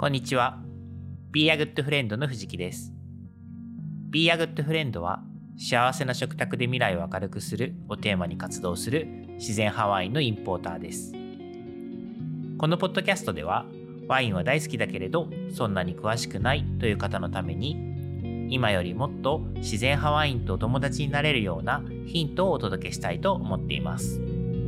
こんにちは。Be a Good Friend の藤木です。Be a Good Friend は幸せな食卓で未来を明るくするをテーマに活動する自然派ワインのインポーターです。このポッドキャストではワインは大好きだけれどそんなに詳しくないという方のために今よりもっと自然派ワインと友達になれるようなヒントをお届けしたいと思っています。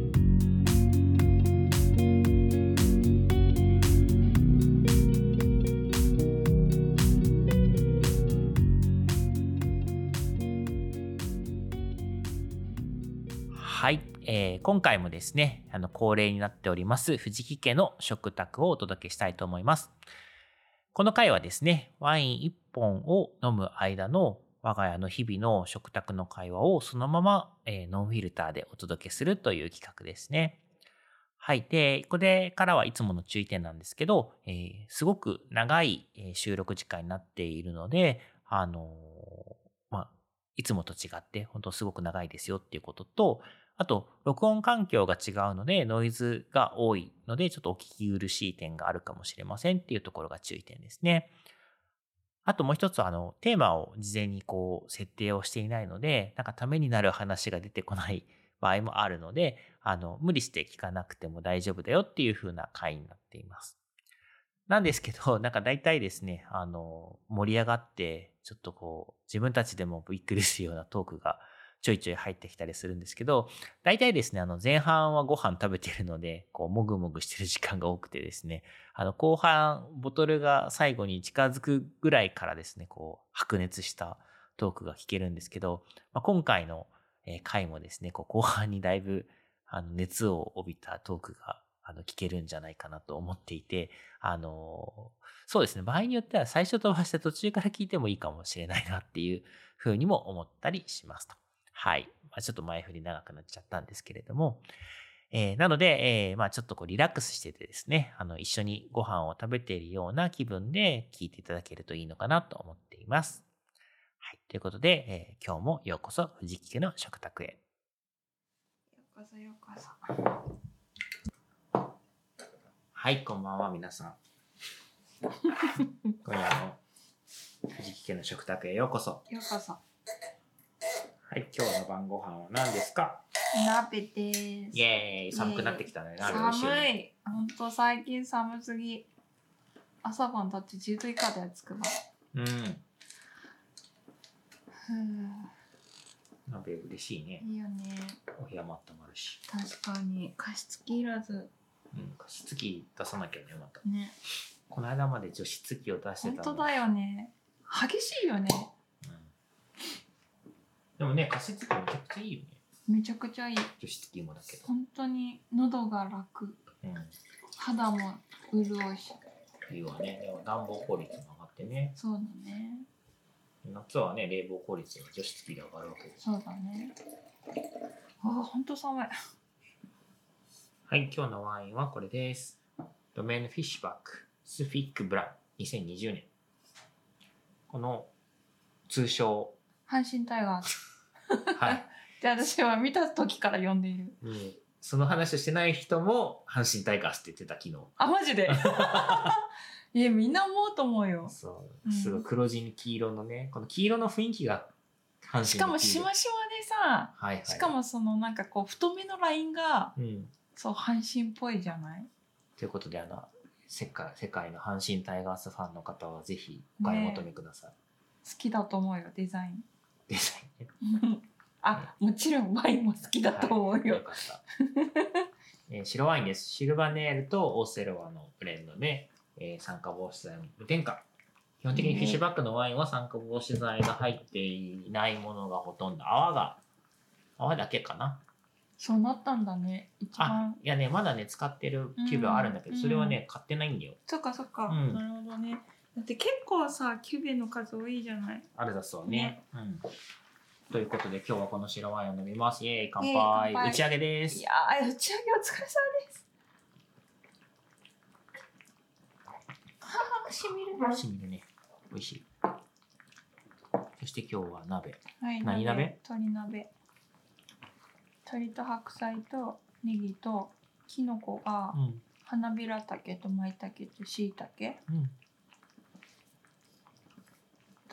はい、今回もですね、恒例になっております藤木家の食卓をお届けしたいと思います。この回はですね、ワイン1本を飲む間の我が家の日々の食卓の会話をそのまま、ノンフィルターでお届けするという企画ですね。はい。で、これからはいつもの注意点なんですけど、すごく長い収録時間になっているので、いつもと違って本当すごく長いですよっていうことと、あと、録音環境が違うので、ノイズが多いので、ちょっとお聞き苦しい点があるかもしれませんっていうところが注意点ですね。あともう一つテーマを事前に設定をしていないので、なんかためになる話が出てこない場合もあるので、無理して聞かなくても大丈夫だよっていう風な回になっています。なんですけど、なんか大体ですね、盛り上がって、ちょっと自分たちでもびっくりするようなトークがちょいちょい入ってきたりするんですけど、大体ですね、前半はご飯食べてるので、もぐもぐしてる時間が多くてですね、後半、ボトルが最後に近づくぐらいからですね、白熱したトークが聞けるんですけど、今回の回もですね、後半にだいぶ、熱を帯びたトークが聞けるんじゃないかなと思っていて、そうですね、場合によっては最初飛ばして途中から聞いてもいいかもしれないなっていうふうにも思ったりしますと。はい。ちょっと前振り長くなっちゃったんですけれども、なので、ちょっとリラックスしててですね、一緒にご飯を食べているような気分で聞いていただけるといいのかなと思っています。はい。ということで、今日もようこそ藤木家の食卓へ。 ようこそようこそ。 はい、こんばんは、皆さん。今夜の藤木家の食卓へようこそ。 ようこそ。 はい、今日の晩ご飯は何ですか？ 鍋です。 イエーイ、寒くなってきたね。鍋美味しいね。 寒い。ほんと最近寒すぎ。朝晩だって10度以下でつくば。 鍋嬉しいね。 いいよね。 お部屋も温まるし。 確かに加湿器いらず。 加湿器出さなきゃね、また。 ね。 この間まで除湿器を出してたの。 本当だよね。激しいよね。 でもね、加湿器めちゃくちゃいいよね。 めちゃくちゃいい。 除湿器もだけど。 本当に喉が楽。肌も潤うし。 いいわね。でも暖房効率も上がってね。 そうだね。 夏はね、冷房効率が除湿器で上がるわけです。 そうだね。本当寒い。 はい、今日のワインはこれです。ドメンフィッシュバックスフィックブラン2020年。この通称阪神タイガース。 はい。 で、私は見た時から読んでいる。 その話をしてない人も阪神タイガースって言ってた昨日。 あ、マジでみんな思うと思うよ。 そう。すごい黒地に黄色のね、この黄色の雰囲気が阪神のしかもしましまでさ、 はいはい、 しかもそのなんか太めのラインが、そう阪神っぽいじゃない？ ということで世界の阪神タイガースファンの方はぜひお買い求めください。 好きだと思うよ、デザイン。 デザインね。 もちろんワインも好きだと思うよ。 よかった。白ワインです。シルバネールとオーセロワのブレンドで、酸化防止剤も無添加。基本的にフィッシュバックのワインは酸化防止剤が入っていないものがほとんど。泡だけかな。 そうなったんだね。一番。 いやね、まだね、使ってるキューベはあるんだけど、それはね、買ってないんだよ。 そっかそっか。なるほどね。だって結構さ、キューベの数多いじゃない。 あれだそうね。ということで今日はこの白ワインを飲みます。イエーイ、乾杯。打ち上げです。 いやー、打ち上げお疲れ様です。しみる。 しみるね。美味しい。そして今日は鍋。 はい、 何鍋？ 鶏鍋。鶏と白菜とネギとキノコが、花びらたけと舞茸としいたけ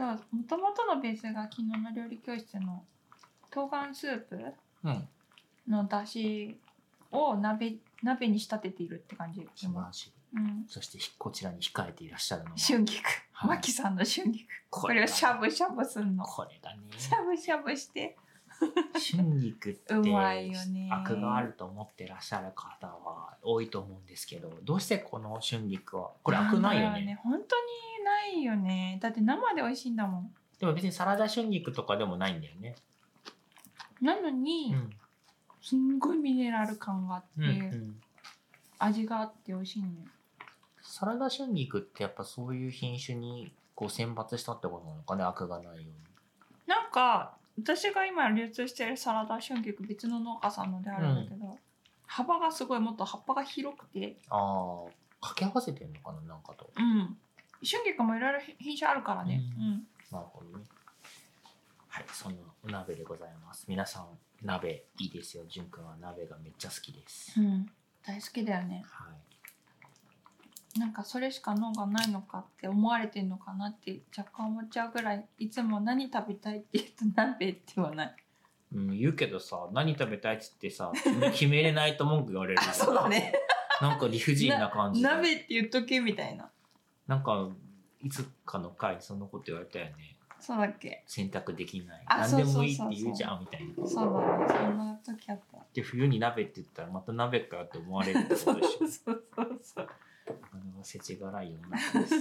もともとのベースが昨日の料理教室の冬瓜スープうん。 の出汁を鍋に仕立てているって感じ。 素晴らしい。 うん。 そしてこちらに控えていらっしゃるのは春菊。 はいマキさんの春菊。こがれをしゃぶしゃぶすんの。 これがね、 しゃぶしゃぶして。 春菊ってうまいよね。 アクがあると思ってらっしゃる方は多いと思うんですけど、どうしてこの春菊はこれアクないよね。 本当にないよね。だって生で美味しいんだもん。 でも別にサラダ春菊とかでもないんだよね。 なのに、 うんすんごいミネラル感があって、 うんうん、 味があって美味しいね。 サラダ春菊ってやっぱそういう品種にこう選抜したってことなのかね、アクがないように。 なんか私が今流通しているサラダ春菊別の農家さんのであるんだけど、幅がすごいもっと葉っぱが広くて、 ああ、掛け合わせてんのかな、なんかと。 春菊もいろいろ品種あるからね。 なるほどね。はい、そのお鍋でございます。皆さん鍋いいですよ。じゅんくんは鍋がめっちゃ好きです。 大好きだよね。 はい。 なんかそれしか脳がないのかって思われてんのかなって若干思っちゃうぐらい、いつも何食べたいって言うと鍋って言わない。 言うけどさ、何食べたいっつってさ、決めれないと文句言われる。 そうだね。 なんか理不尽な感じ。 鍋って言っとけみたいな。 なんかいつかの回そんなこと言われたよね。 そうだっけ。 選択できない。 あ何でもいいって言うじゃんみたいな。 そうだね。そんな時あった。 で冬に鍋って言ったらまた鍋かって思われるってことでしょ。 そうそうそう。 あれは世知辛い世の中です。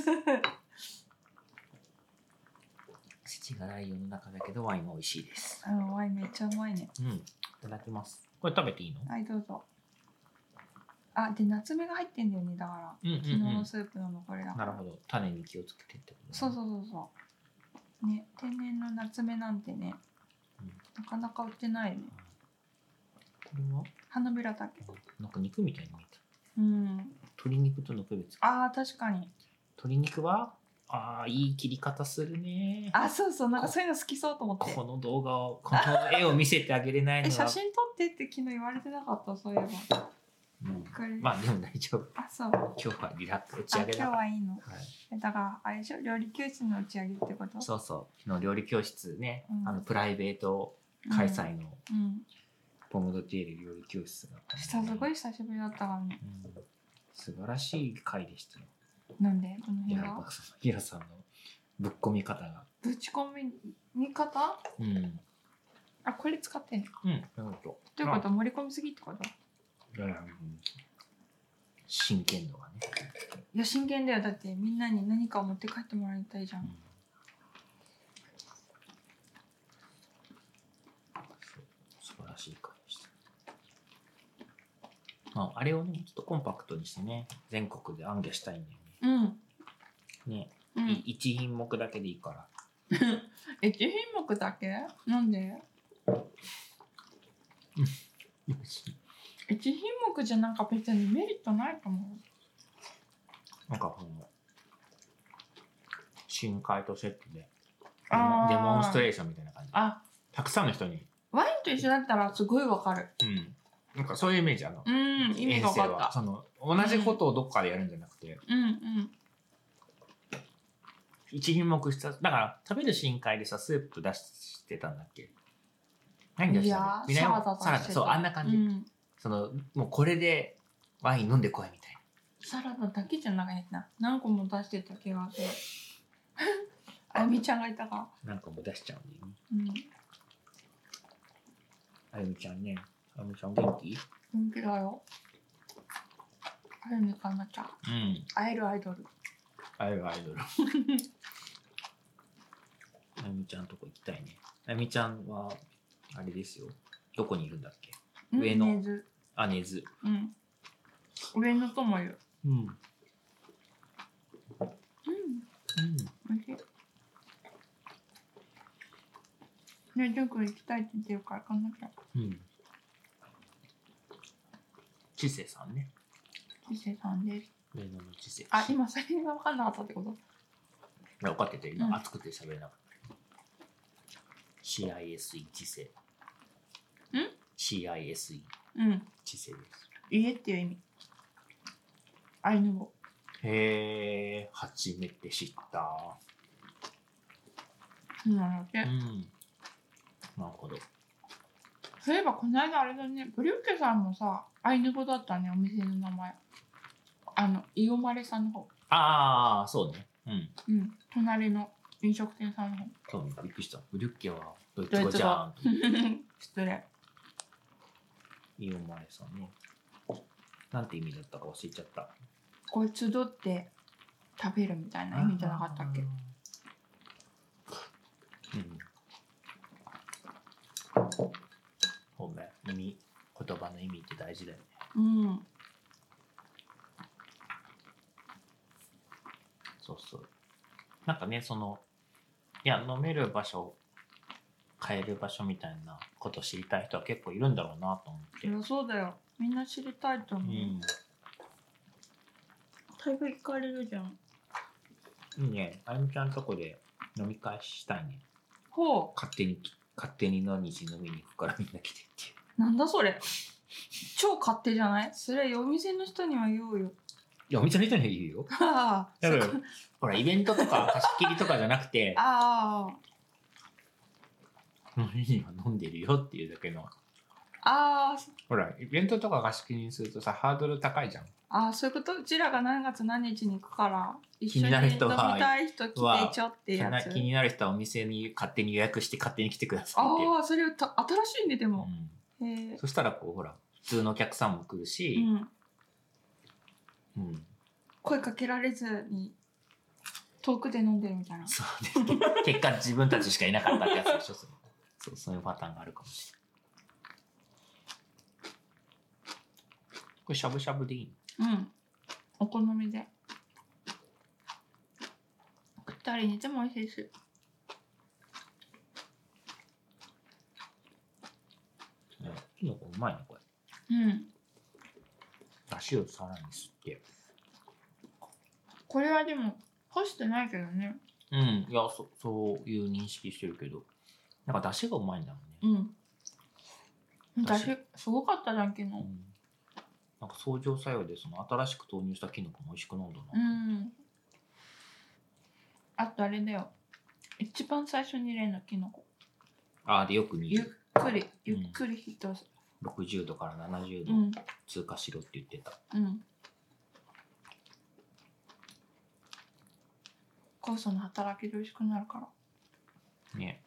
世知辛い世の中だけどワインは美味しいです。 ワインめっちゃうまいね。 いただきます。これ食べていいの？ はい、どうぞ。あ、で、夏目が入ってんだよね、だから。昨日のスープの残りだから。 なるほど。種に気をつけてってことね。 そうそうそうそう。ね、天然の夏目なんてね、なかなか売ってないよね。 これは花びらだけ。 なんか肉みたいに見えた。鶏肉との区別。 ああ、確かに。 鶏肉はいい切り方するね。 そうそう、なんかそういうの好きそうと思って。 この動画を、この絵を見せてあげれないのは。 写真撮ってって昨日言われてなかった、そういえば。 まあでも大丈夫。 そう。 今日はリラックス打ち上げだ。 今日はいいの。だからあれでしょ、料理教室の打ち上げってこと？ そうそう。昨日料理教室ね、プライベート開催のポムドティール料理教室があった。 すごい久しぶりだったからね。 素晴らしい回でしたよ。 なんでどの辺が？ ヒラさんのぶっ込み方が。 ぶち込み方？これ使ってんの？ どういうこと？ 盛り込みすぎってこと？ 真剣度がね。 いや真剣だよ。だってみんなに何かを持って帰ってもらいたいじゃん。 素晴らしい回でした。あれをね、ちょっとコンパクトにしてね、全国で暗記したいんだよね。ね、1品目だけでいいから。 1品目だけ？なんで？1品目じゃなんか別にメリットないと思う。 なんか深海とセットでデモンストレーションみたいな感じ。たくさんの人に。 ワインと一緒だったらすごいわかる。 なんかそういうイメージ意味が分かった。 その同じことをどっかでやるんじゃなくて。1品目しただから食べる深海でさスープ出してたんだっけ？何出したの？サラダ。そうあんな感じ。そのもうこれでワイン飲んでこいみたいな。 サラダだけじゃないな。何個も出してた気がする。あゆみちゃんがいたから。 何個も出しちゃうんだよね。あゆみちゃんね。あゆみちゃん元気？ 元気だよ。あゆみかなちゃん。会えるアイドル。 会えるアイドル。あゆみちゃんとこ行きたいね。あゆみちゃんはあれですよ。どこにいるんだっけ？上の。 根津。 根津。 上野とも言う。おいしい。ね、ジョー君行きたいって言ってるから、かなちゃん。 ちせさんね。 ちせさんです。 上野のちせ。 今それが分かんなかったってこと？ 分かってて、今熱くて喋れなかった。CISE ちせ。CISE。ちせです。 家っていう意味。アイヌ語。 へえ、初めて知った。 そうなので、 うん。なるほど。 そういえばこの間あれだね、ブリュッケさんもさ、アイヌ語だったね、お店の名前。イオマレさんの方。 ああ、そうね。うん。 うん。隣の飲食店さんの方。 そうね。びっくりした。ブリュッケはドイツ語じゃん。 失礼。 イオマレさんね。なんて意味だったか忘れちゃった。 これ集って食べるみたいな意味じゃなかったっけ？ うん。そうね。言葉の意味って大事だよね。 うん。 そうそう。なんかね、いや、飲める場所、買える場所みたいなことを知りたい人は結構いるんだろうなと思って。 いや、そうだよ。みんな知りたいと思う。 うん。 だいぶ行かれるじゃん。 いいね。あゆみちゃんとこで飲み会したいね。 ほ勝手に何日飲みに行くからみんな来てっていう。 う。なんだそれ。超勝手じゃない？それお店の人には言おうよ。 いや、お店の人には言うよ。 ああ。 だからほら、イベントとか貸し切りとかじゃなくて、 あ飲みには飲んでるよっていうだけの。 あ。 ほら、イベントとか貸し切りにするとさ、ハードル高いじゃん。 ああ、そういうこと？うちらが何月何日に行くから一緒に気になる人は飲みたい人来てちょってやつ。 気になる人はお店に勝手に予約して勝手に来てくださいっていう。 ああ、それ新しいねでも。へえ。 そしたらこうほら普通のお客さんも来るし、 うん。 うん、 声かけられずに遠くで飲んでるみたいな。 そうです。結果自分たちしかいなかったってやつでしょ。そういうパターンがあるかもしれない。これしゃぶしゃぶでいいうん。お好みで。二人にても美味しいし。 の？きのこうまいねこれ。 うん。 だしをさらに吸って。 これはでも干してないけどね。 うん、いやそういう認識してるけど、なんかだしがうまいんだもんね。 うん。だしすごかったじゃん昨日。 なんか相乗作用で新しく投入したキノコも美味しく飲んだな。 あとあれだよ。一番最初に入れるのキノコ。 でよく煮ゆっる。 くり火通す。 60度から70度通過しろって言ってた。 酵素の働きで美味しくなるから。 ね。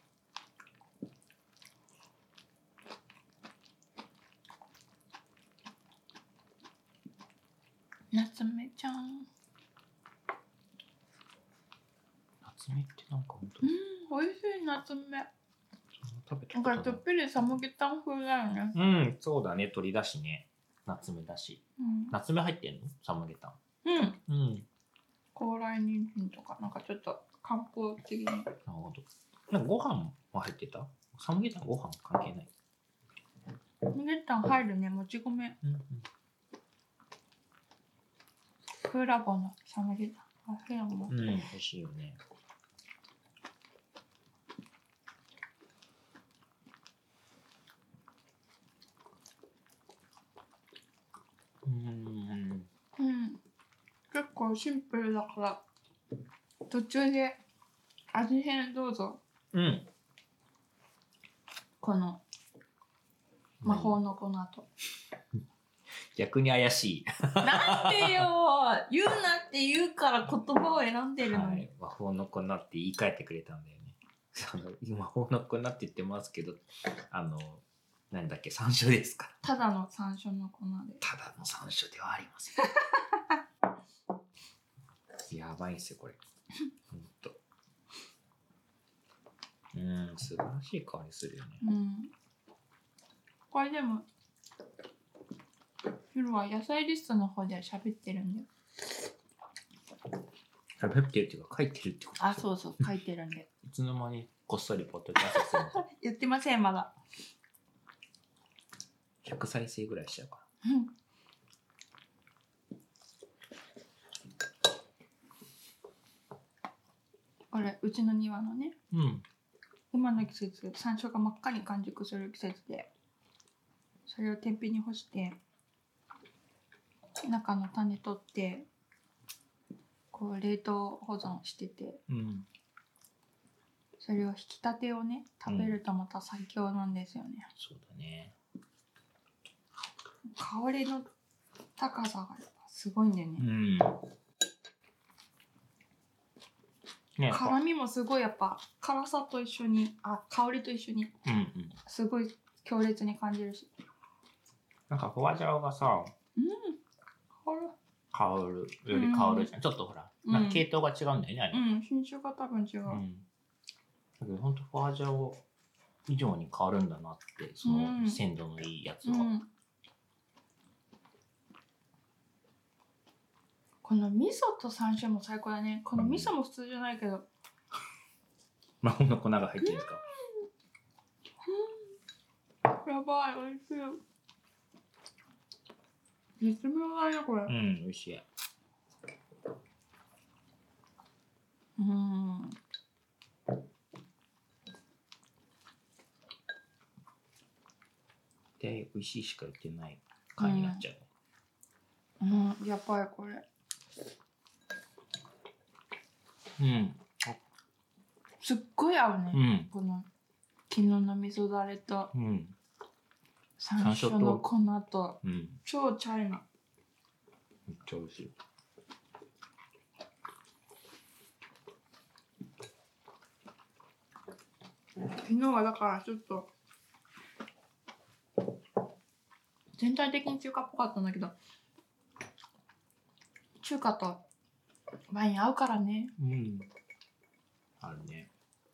夏目ちゃん。 夏目ってなんか本当美味しい夏目。 食べたなんかちょっぴりサムゲタン風だよね。 そうだね。鶏だしね。夏目だし。夏目入ってんの？サムゲタン。 高麗人参とかなんかちょっと漢方的に。なるほど。なんかご飯も入ってた？サムゲタンご飯関係ない。 サムゲタン入るね。もち米。クーラボのサムゲタン。美味しいよね。 結構シンプルだから途中で味変どうぞ。この魔法の粉と。 逆に怪しい。 なんでよ言うなって言うから言葉を選んでるのに。 魔法の粉って言い換えてくれたんだよね。魔法の粉って言ってますけど、なんだっけ、山椒ですか？ ただの山椒の粉で。 ただの山椒ではありません。やばいんすよこれ。ほんと。素晴らしい香りするよね。 これでも夜は野菜リストの方で喋ってるんだよ。 喋ってるっていうか書いてるってこと？ そうそう書いてるんで。 いつの間にこっそりポッドキャストするの？ やってませんまだ。 100再生ぐらいしちゃうから。 これうちの庭のね。今の季節山椒が真っ赤に完熟する季節で、それを天日に干して中の種取ってこう冷凍保存してて、 それを引き立てをね食べるとまた最強なんですよね。 そうだね。 香りの高さがやっぱすごいんだよね。 ね、 辛みもすごいやっぱ辛さと一緒に香りと一緒にすごい強烈に感じるし、 なんかフォアジャオがさ、香るより香るじゃん、ちょっとほらなんか系統が違うんだよね、あれ。 品種が多分違う。 だけどほんとフォアジャオ以上に変わるんだなって、その鮮度のいいやつは。 この味噌と山椒も最高だね。この味噌も普通じゃないけど、 魔法の粉が入ってるんですか？ やばい、美味しい。絶妙だねこれ。 美味しい。で美味しいしか言ってない感になっちゃう。 やばいこれ。すっごい合うね。この昨日の味噌だれと山椒の粉と超チャイナ。 めっちゃ美味しい。 昨日はだからちょっと全体的に中華っぽかったんだけど、中華とワイン合うからね。 あるね。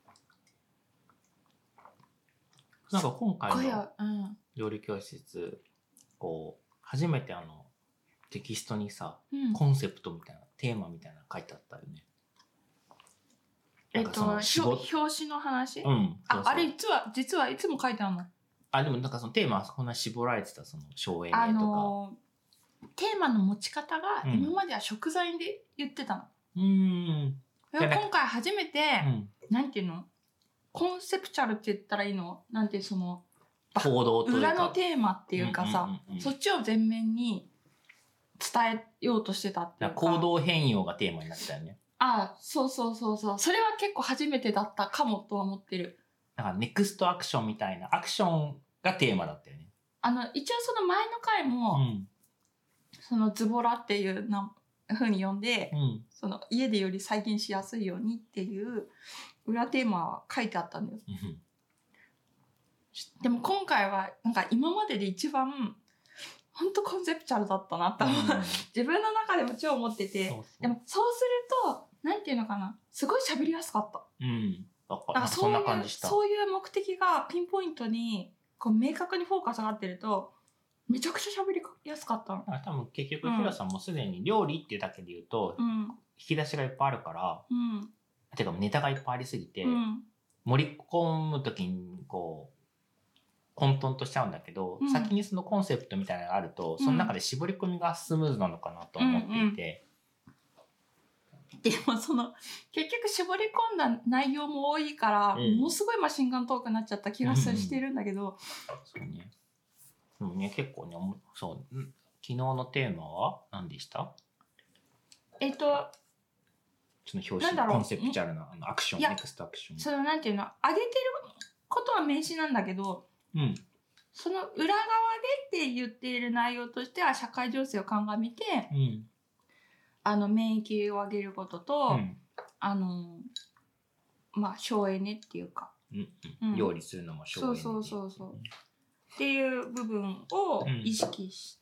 なんか今回の料理教室、こう初めてテキストにさ、コンセプトみたいなテーマみたいなの書いてあったよね。 表紙の話？あれ実はいつも書いてあるの？ でもなんかそのテーマはこんな絞られてた、その省エネとか。 テーマの持ち方が今までは食材で言ってたの。今回初めて、なんていうの？コンセプチャルって言ったらいいの？なんてその行動というか裏のテーマっていうかさ、そっちを前面に伝えようとしてたっていうか。 行動変容がテーマになったよね。 そう。それは結構初めてだったかもとは思ってる。 なんかネクストアクションみたいなアクションがテーマだったよね。 一応その前の回も、そのズボラっていう風に呼んで、その家でより再現しやすいようにっていう裏テーマは書いてあったんだよ。でも今回はなんか今までで一番本当コンセプチャルだったなって自分の中でも超思ってて、でもそうするとなんていうのかな、すごい喋りやすかった。だからそんな感じした。そういう目的がピンポイントにこう明確にフォーカスが合ってるとめちゃくちゃ喋りやすかったの。 多分結局ヒロさんもすでに料理っていうだけで言うと、引き出しがいっぱいあるから、てかネタがいっぱいありすぎて、盛り込むときにこう混沌としちゃうんだけど、先にそのコンセプトみたいなのがあると、その中で絞り込みがスムーズなのかなと思っていて。 でもその結局絞り込んだ内容も多いから、ものすごいマシンガントークになっちゃった気がしてるんだけど。 そうね。でもね、結構ね、昨日のテーマは何でした？その表紙コンセプチャルなアクション、ネクストアクション。 そのなんていうの、上げてることは名詞なんだけど、その裏側でって言っている内容としては社会情勢を鑑みて、免疫を上げることと、省エネっていうか、 料理するのも省エネ。 そうっていう部分を意識して、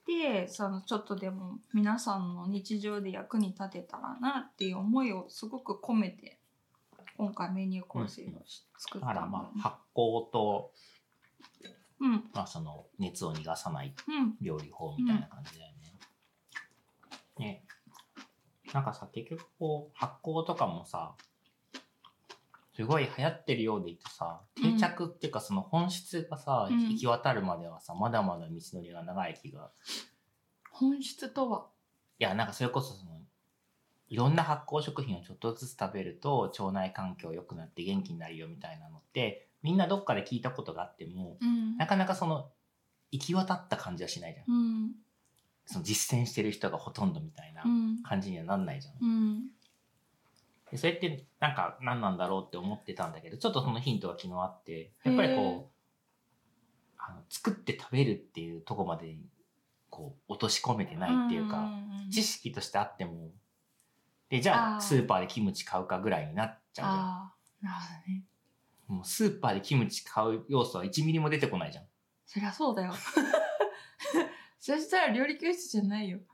そのちょっとでも皆さんの日常で役に立てたらなっていう思いをすごく込めて今回メニュー構成を作った。 だから発酵と、その熱を逃がさない料理法みたいな感じだよね。ね、なんかさ、結局こう発酵とかもさ、すごい流行ってるようでいてさ、定着っていうかその本質がさ、行き渡るまではさ、まだまだ道のりが長い気が。 本質とは？ いや、なんかそれこそいろんな発酵食品をちょっとずつ食べると腸内環境良くなって元気になるよみたいなのって、みんなどっかで聞いたことがあっても、なかなか行き渡った感じはしないじゃん。その実践してる人がほとんどみたいな感じにはなんないじゃん。 でそれってなんか何なんだろうって思ってたんだけど、ちょっとそのヒントが昨日あって、やっぱりこう作って食べるっていうとこまでこう落とし込めてないっていうか、知識としてあっても、でじゃあスーパーでキムチ買うかぐらいになっちゃうじゃん。 なるほどね。 もうスーパーでキムチ買う要素は1ミリも出てこないじゃん。 そりゃそうだよ。そしたら料理教室じゃないよ。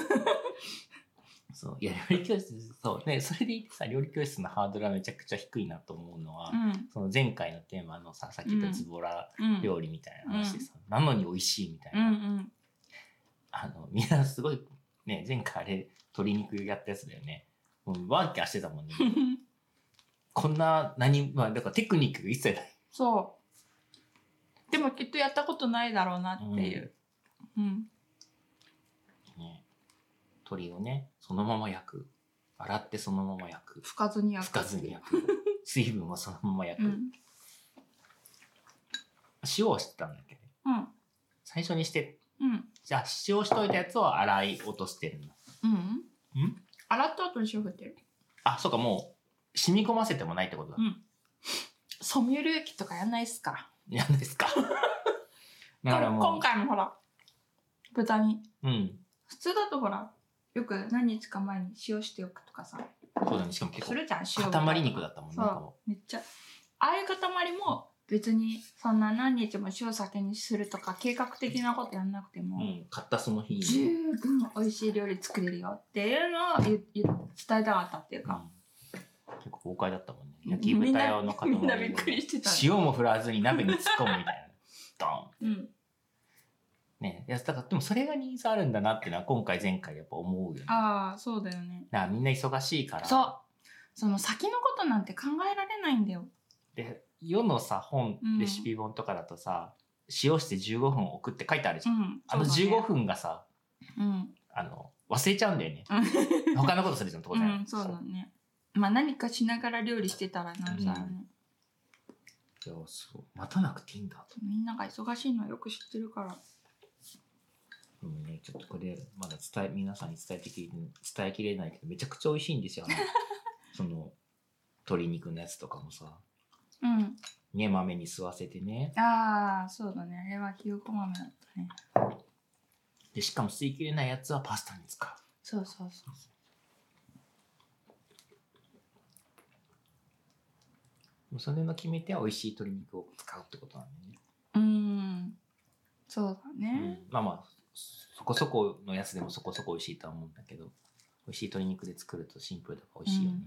そう、いや料理教室、そうね、それで言ってさ、料理教室のハードルはめちゃくちゃ低いなと思うのは、その前回のテーマのさっき言ったズボラ料理みたいな話でさ、なのに美味しいみたいな、みんなすごいね、前回あれ鶏肉やったやつだよね。もうワーキャーしてたもんね。こんなだからテクニックが一切ない。 そう。でもきっとやったことないだろうなっていう。 ね、鶏をね、そのまま焼く。洗ってそのまま焼く。 拭かずに焼く。 水分をそのまま焼く。塩をしてたんだっけね。最初にして、じゃあ塩しといたやつを洗い落としてるんだ。洗った後に塩振ってる。あ、そうか、もう染み込ませてもないってことだ。 ソミュール液とかやんないっすから。 やんないっすか。 だからもう今回もほら、豚に。普通だとほら、よく何日か前に塩しておくとかさ。 そうだね、しかも結構。 するじゃん、塩。 塊肉だったもんね。 そう、めっちゃ。ああいう塊も別にそんな何日も塩先にするとか計画的なことやんなくても、 買ったその日に十分美味しい料理作れるよっていうのを伝えたかったっていうか。 結構豪快だったもんね。焼き豚用の塊をみんなびっくりしてた。 塩も振らずに鍋に突っ込むみたいな。ドン。ね、いやだからでもそれがニーズあるんだなっていうのは今回前回やっぱ思うよね。 ああ、そうだよね。 だからみんな忙しいから。 そう。その先のことなんて考えられないんだよ。 で、世のさ本、レシピ本とかだとさ、塩して15分置くって書いてあるじゃん。あの15分がさ、忘れちゃうんだよね。他のことするじゃん、当然。 そうだね。まあ何かしながら料理してたらなおさらね。 いや、そう。待たなくていいんだと。 みんなが忙しいのはよく知ってるから。 でもね、ちょっとこれまだ皆さんに伝えきれないけどめちゃくちゃ美味しいんですよ。その鶏肉のやつとかもさ、ね、豆に吸わせてね。 ああ、そうだね。あれはひよこ豆だったね。 でしかも吸い切れないやつはパスタに使う。 そうそうそう。 それの決め手は美味しい鶏肉を使うってことなんだよね。 そうだね。 まあそこそこのやつでもそこそこ美味しいとは思うんだけど、美味しい鶏肉で作るとシンプルだから美味しいよ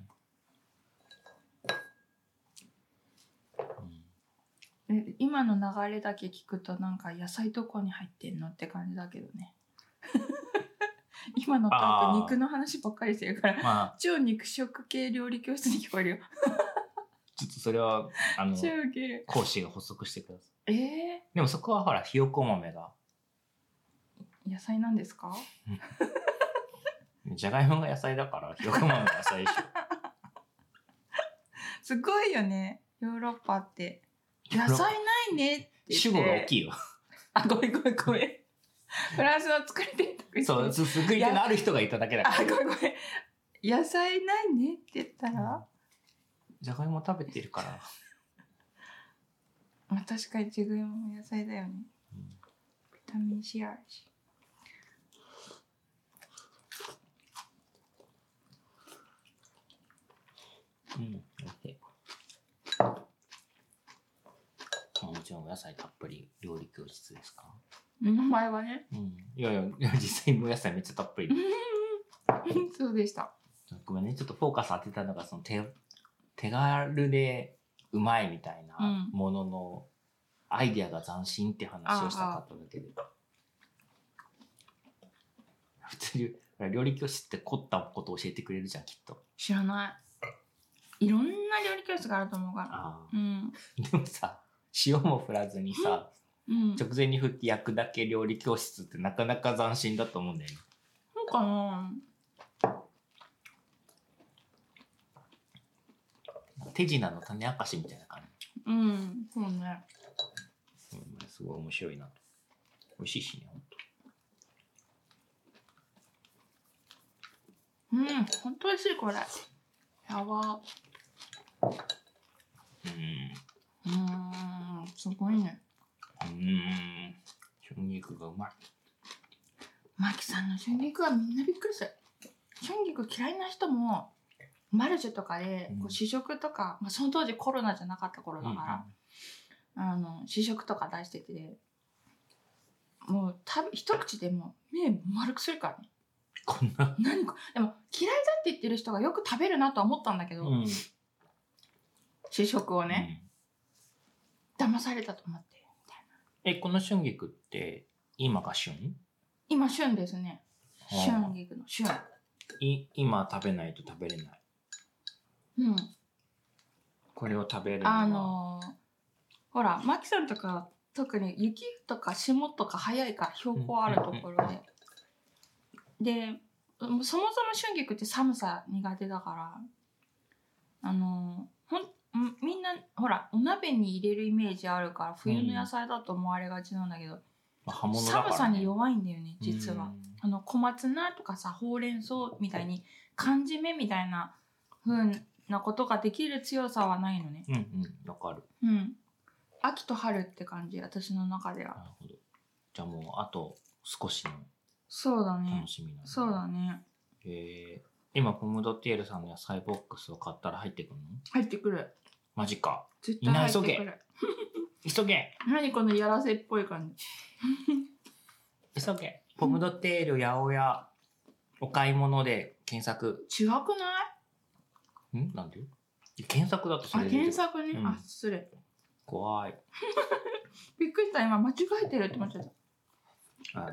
ね。今の流れだけ聞くとなんか野菜どこに入ってんのって感じだけどね。今のトーク肉の話ばっかりしてるから、超肉食系料理教室に聞こえるよ。 ちょっとそれは講師が補足してください。でもそこはほらひよこ豆が野菜なんですか？ じゃがいもが野菜だからひよこ豆が野菜でしょ。 すごいよね、ヨーロッパって野菜ないねって言って。 主語が大きいよ。 ごめん。フランスの作り手そう作り手のある人がいただけだから。 ごめん。野菜ないねって言ったら、 じゃがいも食べてるから。 まあ確かにじゃがいもも野菜だよね。ビタミン C あるし。 もちろんお野菜たっぷり料理教室ですか？ 名前はね。 いや実際お野菜めっちゃたっぷり。 そうでした。 ごめんね、ちょっとフォーカス当てたのがその手軽でうまいみたいなもののアイディアが斬新って話をしたかっただけで。普通に料理教室って凝ったことを教えてくれるじゃん、きっと。 知らない。いろんな料理教室があると思うから。 でもさ、塩も振らずにさ、直前に振って焼くだけ料理教室ってなかなか斬新だと思うんだよね。 そうかな。 手品の種明かしみたいな感じ。 そうね。 すごい面白いなと。美味しいしね、 本当美味しいこれ。 やば。すごいね。 春菊がうまい。 マキさんの春菊はみんなびっくりする。春菊嫌いな人もマルシェとかでこう試食とか、その当時コロナじゃなかった頃だから、試食とか出してて、もう一口でもう目丸くするからね。 こんな。 何こでも嫌いだって言ってる人がよく食べるなとは思ったんだけど、試食をね、騙されたと思ってみたいな。 この春菊って今が旬？ 今旬ですね。春菊の旬。 今食べないと食べれない。これを食べるのはほらマキさんとか特に雪とか霜とか早いから標高あるところで、そもそも春菊って寒さ苦手だからみんなほらお鍋に入れるイメージあるから冬の野菜だと思われがちなんだけど、寒さに弱いんだよね実は。小松菜とかさほうれん草みたいに缶詰みたいな風なことができる強さはないのね。 わかる。 秋と春って感じ私の中では。 なるほど。じゃあもうあと少しのそうだね。 楽しみなんだ。 そうだね。 今ポムドテールさんの野菜ボックスを買ったら入ってくるの？ 入ってくる。 マジか。 絶対入ってくる。 急げ。 何このやらせっぽい感じ。 急げ。ポムドテール八百屋お買い物で検索。 違くない？ なんで？検索だとそれで。 検索ね。失礼。 怖い。 びっくりした。今間違えてるって思っちゃった。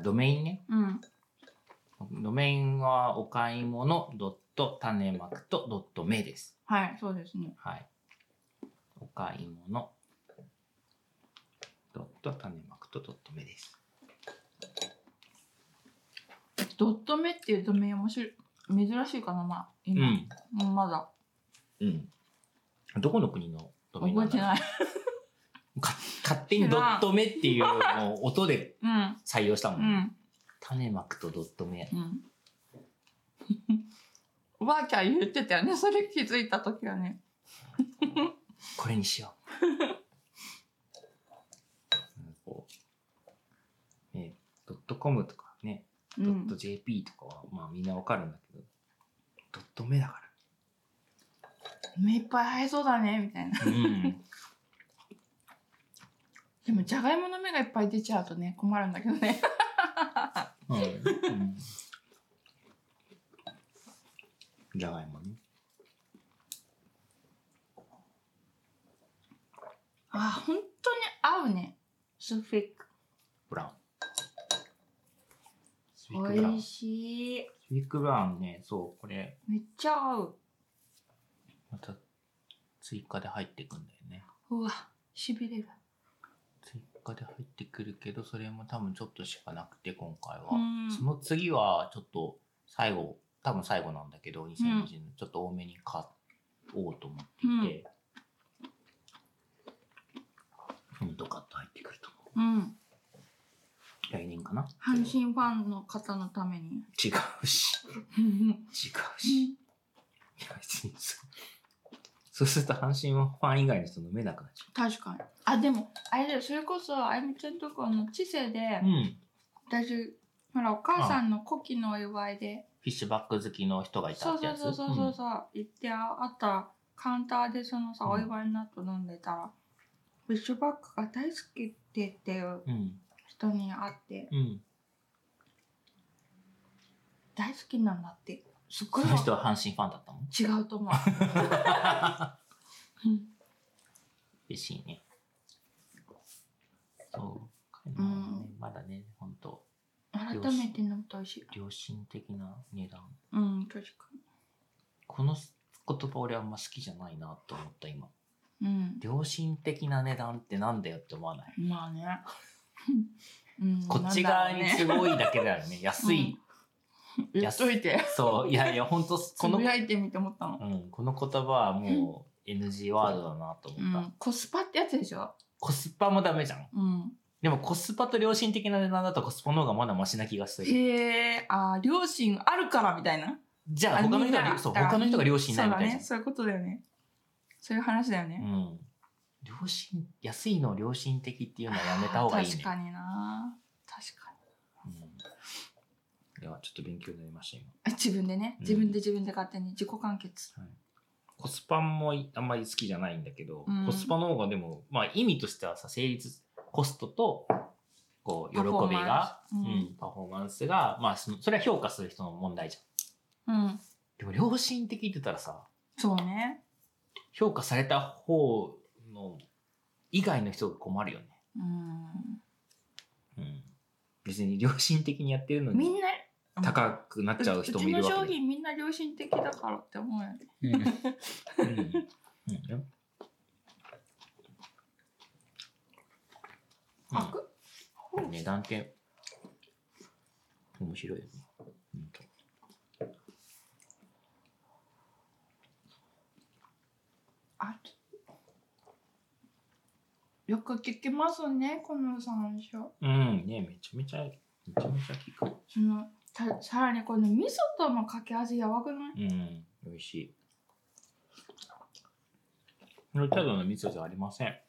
ドメインね。ドメインはお買い物種まくとめです。 はい、そうですね。 はい。お買い物種まくとめです。 ドット目っていうドメイン面白い。珍しいかな、今。まだ。 どこの国のドメインなんだろう？ 覚えてない。 勝手にドット目っていうのを音で採用したもん。種まくとドット目。 おばあちゃん言ってたよね。それ気づいた時はね。 これにしよう。ドットコムとかね、ドット JP とかはみんなわかるんだけど、ドット目だから。 目いっぱい生えそうだねみたいな。でもじゃがいもの芽がいっぱい出ちゃうとね困るんだけどね。 じゃがいもね。 本当に合うね。スフィックブラウン。おいしい。 スフィックブラウンね、そうこれめっちゃ合う。 また追加で入ってくんだよね。 うわ、しびれる。 追加で入ってくるけど、それも多分ちょっとしかなくて今回は。その次はちょっと多分最後なんだけど、2020年ちょっと多めに買おうと思っていて、とかと入ってくると思う。来年かな。 阪神ファンの方のために。 違うし。いや別にそうすると阪神ファン以外の人飲めなくなっちゃう。 確かに。でもあれだよ、それこそあゆみちゃんとこの知性で、私ほらお母さんの古希のお祝いでフィッシュバッグ好きの人がいたってやつ。 そう行ってあったカウンターでそのさ、お祝いになって飲んでたら、フィッシュバッグが大好きっていう人に会って、大好きなんだって。すっごい。 その人は阪神ファンだったの？ 違うと思う。 嬉しいね。そう。まだね、本当。 改めて飲むと美味しい。 良心的な値段。 確かに。 この言葉俺あんま好きじゃないなと思った今。良心的な値段ってなんだよって思わない？ まあね。 こっち側に都合いいだけだよね。安い。 言っといて。 そう。いや本当つぶやいてみて思ったの。 この言葉はもう NG ワードだなと思った。 コスパってやつでしょ？ コスパもダメじゃん。でもコスパと良心的な値段だとコスパの方がまだマシな気がする。 良心あるからみたいな。 じゃあ他の人が他の人が両親いないみたいな。 そういうことだよね。そういう話だよね。 安いのを良心的っていうのはやめた方がいいね。 確かにな。確かに。 ではちょっと勉強になりました今。 自分でね、自分で勝手に自己完結。 コスパもあんまり好きじゃないんだけど、コスパの方がでもまあ意味としてはさ、成立、コストとこう喜びが、パフォーマンスが、まあそれは評価する人の問題じゃん。でも良心的って言ったらさ、 そうね。 評価された方の以外の人が困るよね。別に良心的にやってるのにみんな高くなっちゃう人もいるわけで。 うちの商品みんな良心的だからって思うよね。 値段って面白いよね。 よく聞きますね、この山椒。 ね、めちゃめちゃ効く。 さらにこの味噌との掛け味やばくない？ 美味しい。これただの味噌じゃありません。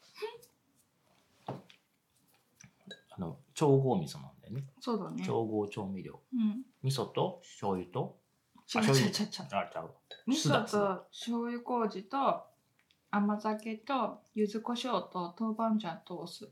調合味噌なんだよね。 そうだね。 調合調味料。味噌と醤油と。 味噌と醤油麹と甘酒と柚子胡椒と豆板醤とお酢。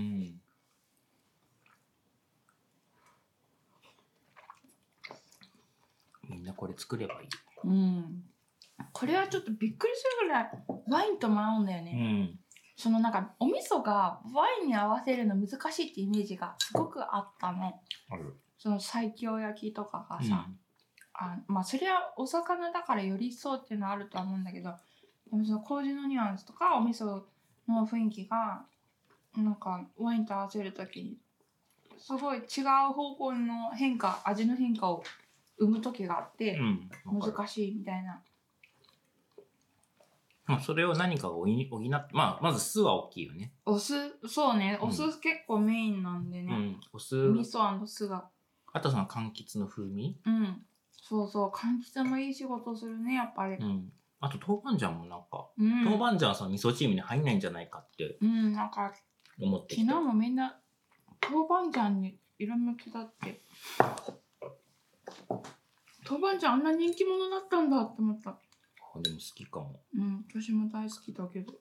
みんなこれ作ればいい。 これはちょっとびっくりするぐらいワインとも合うんだよね。そのなんかお味噌がワインに合わせるの難しいってイメージがすごくあったの。その西京焼きとかがさ、まあそれはお魚だからよりそうっていうのはあるとは思うんだけど、でもその麹のニュアンスとかお味噌の雰囲気がなんかワインと合わせるときにすごい違う方向の変化、味の変化を生む時があって、難しいみたいな。 それを何かが補って、まず酢は大きいよね。 お酢、そうね、お酢結構メインなんでね。お酢。味噌&酢が。 あとその柑橘の風味。 そうそう、柑橘もいい仕事するね、やっぱり。 あと豆板醤もなんか、豆板醤はその味噌チームに入んないんじゃないかって。 なんか、 思ってきた。 昨日もみんな豆板醤に色向きだって。豆板醤あんな人気者だったんだって思った。 でも好きかも。 私も大好きだけど。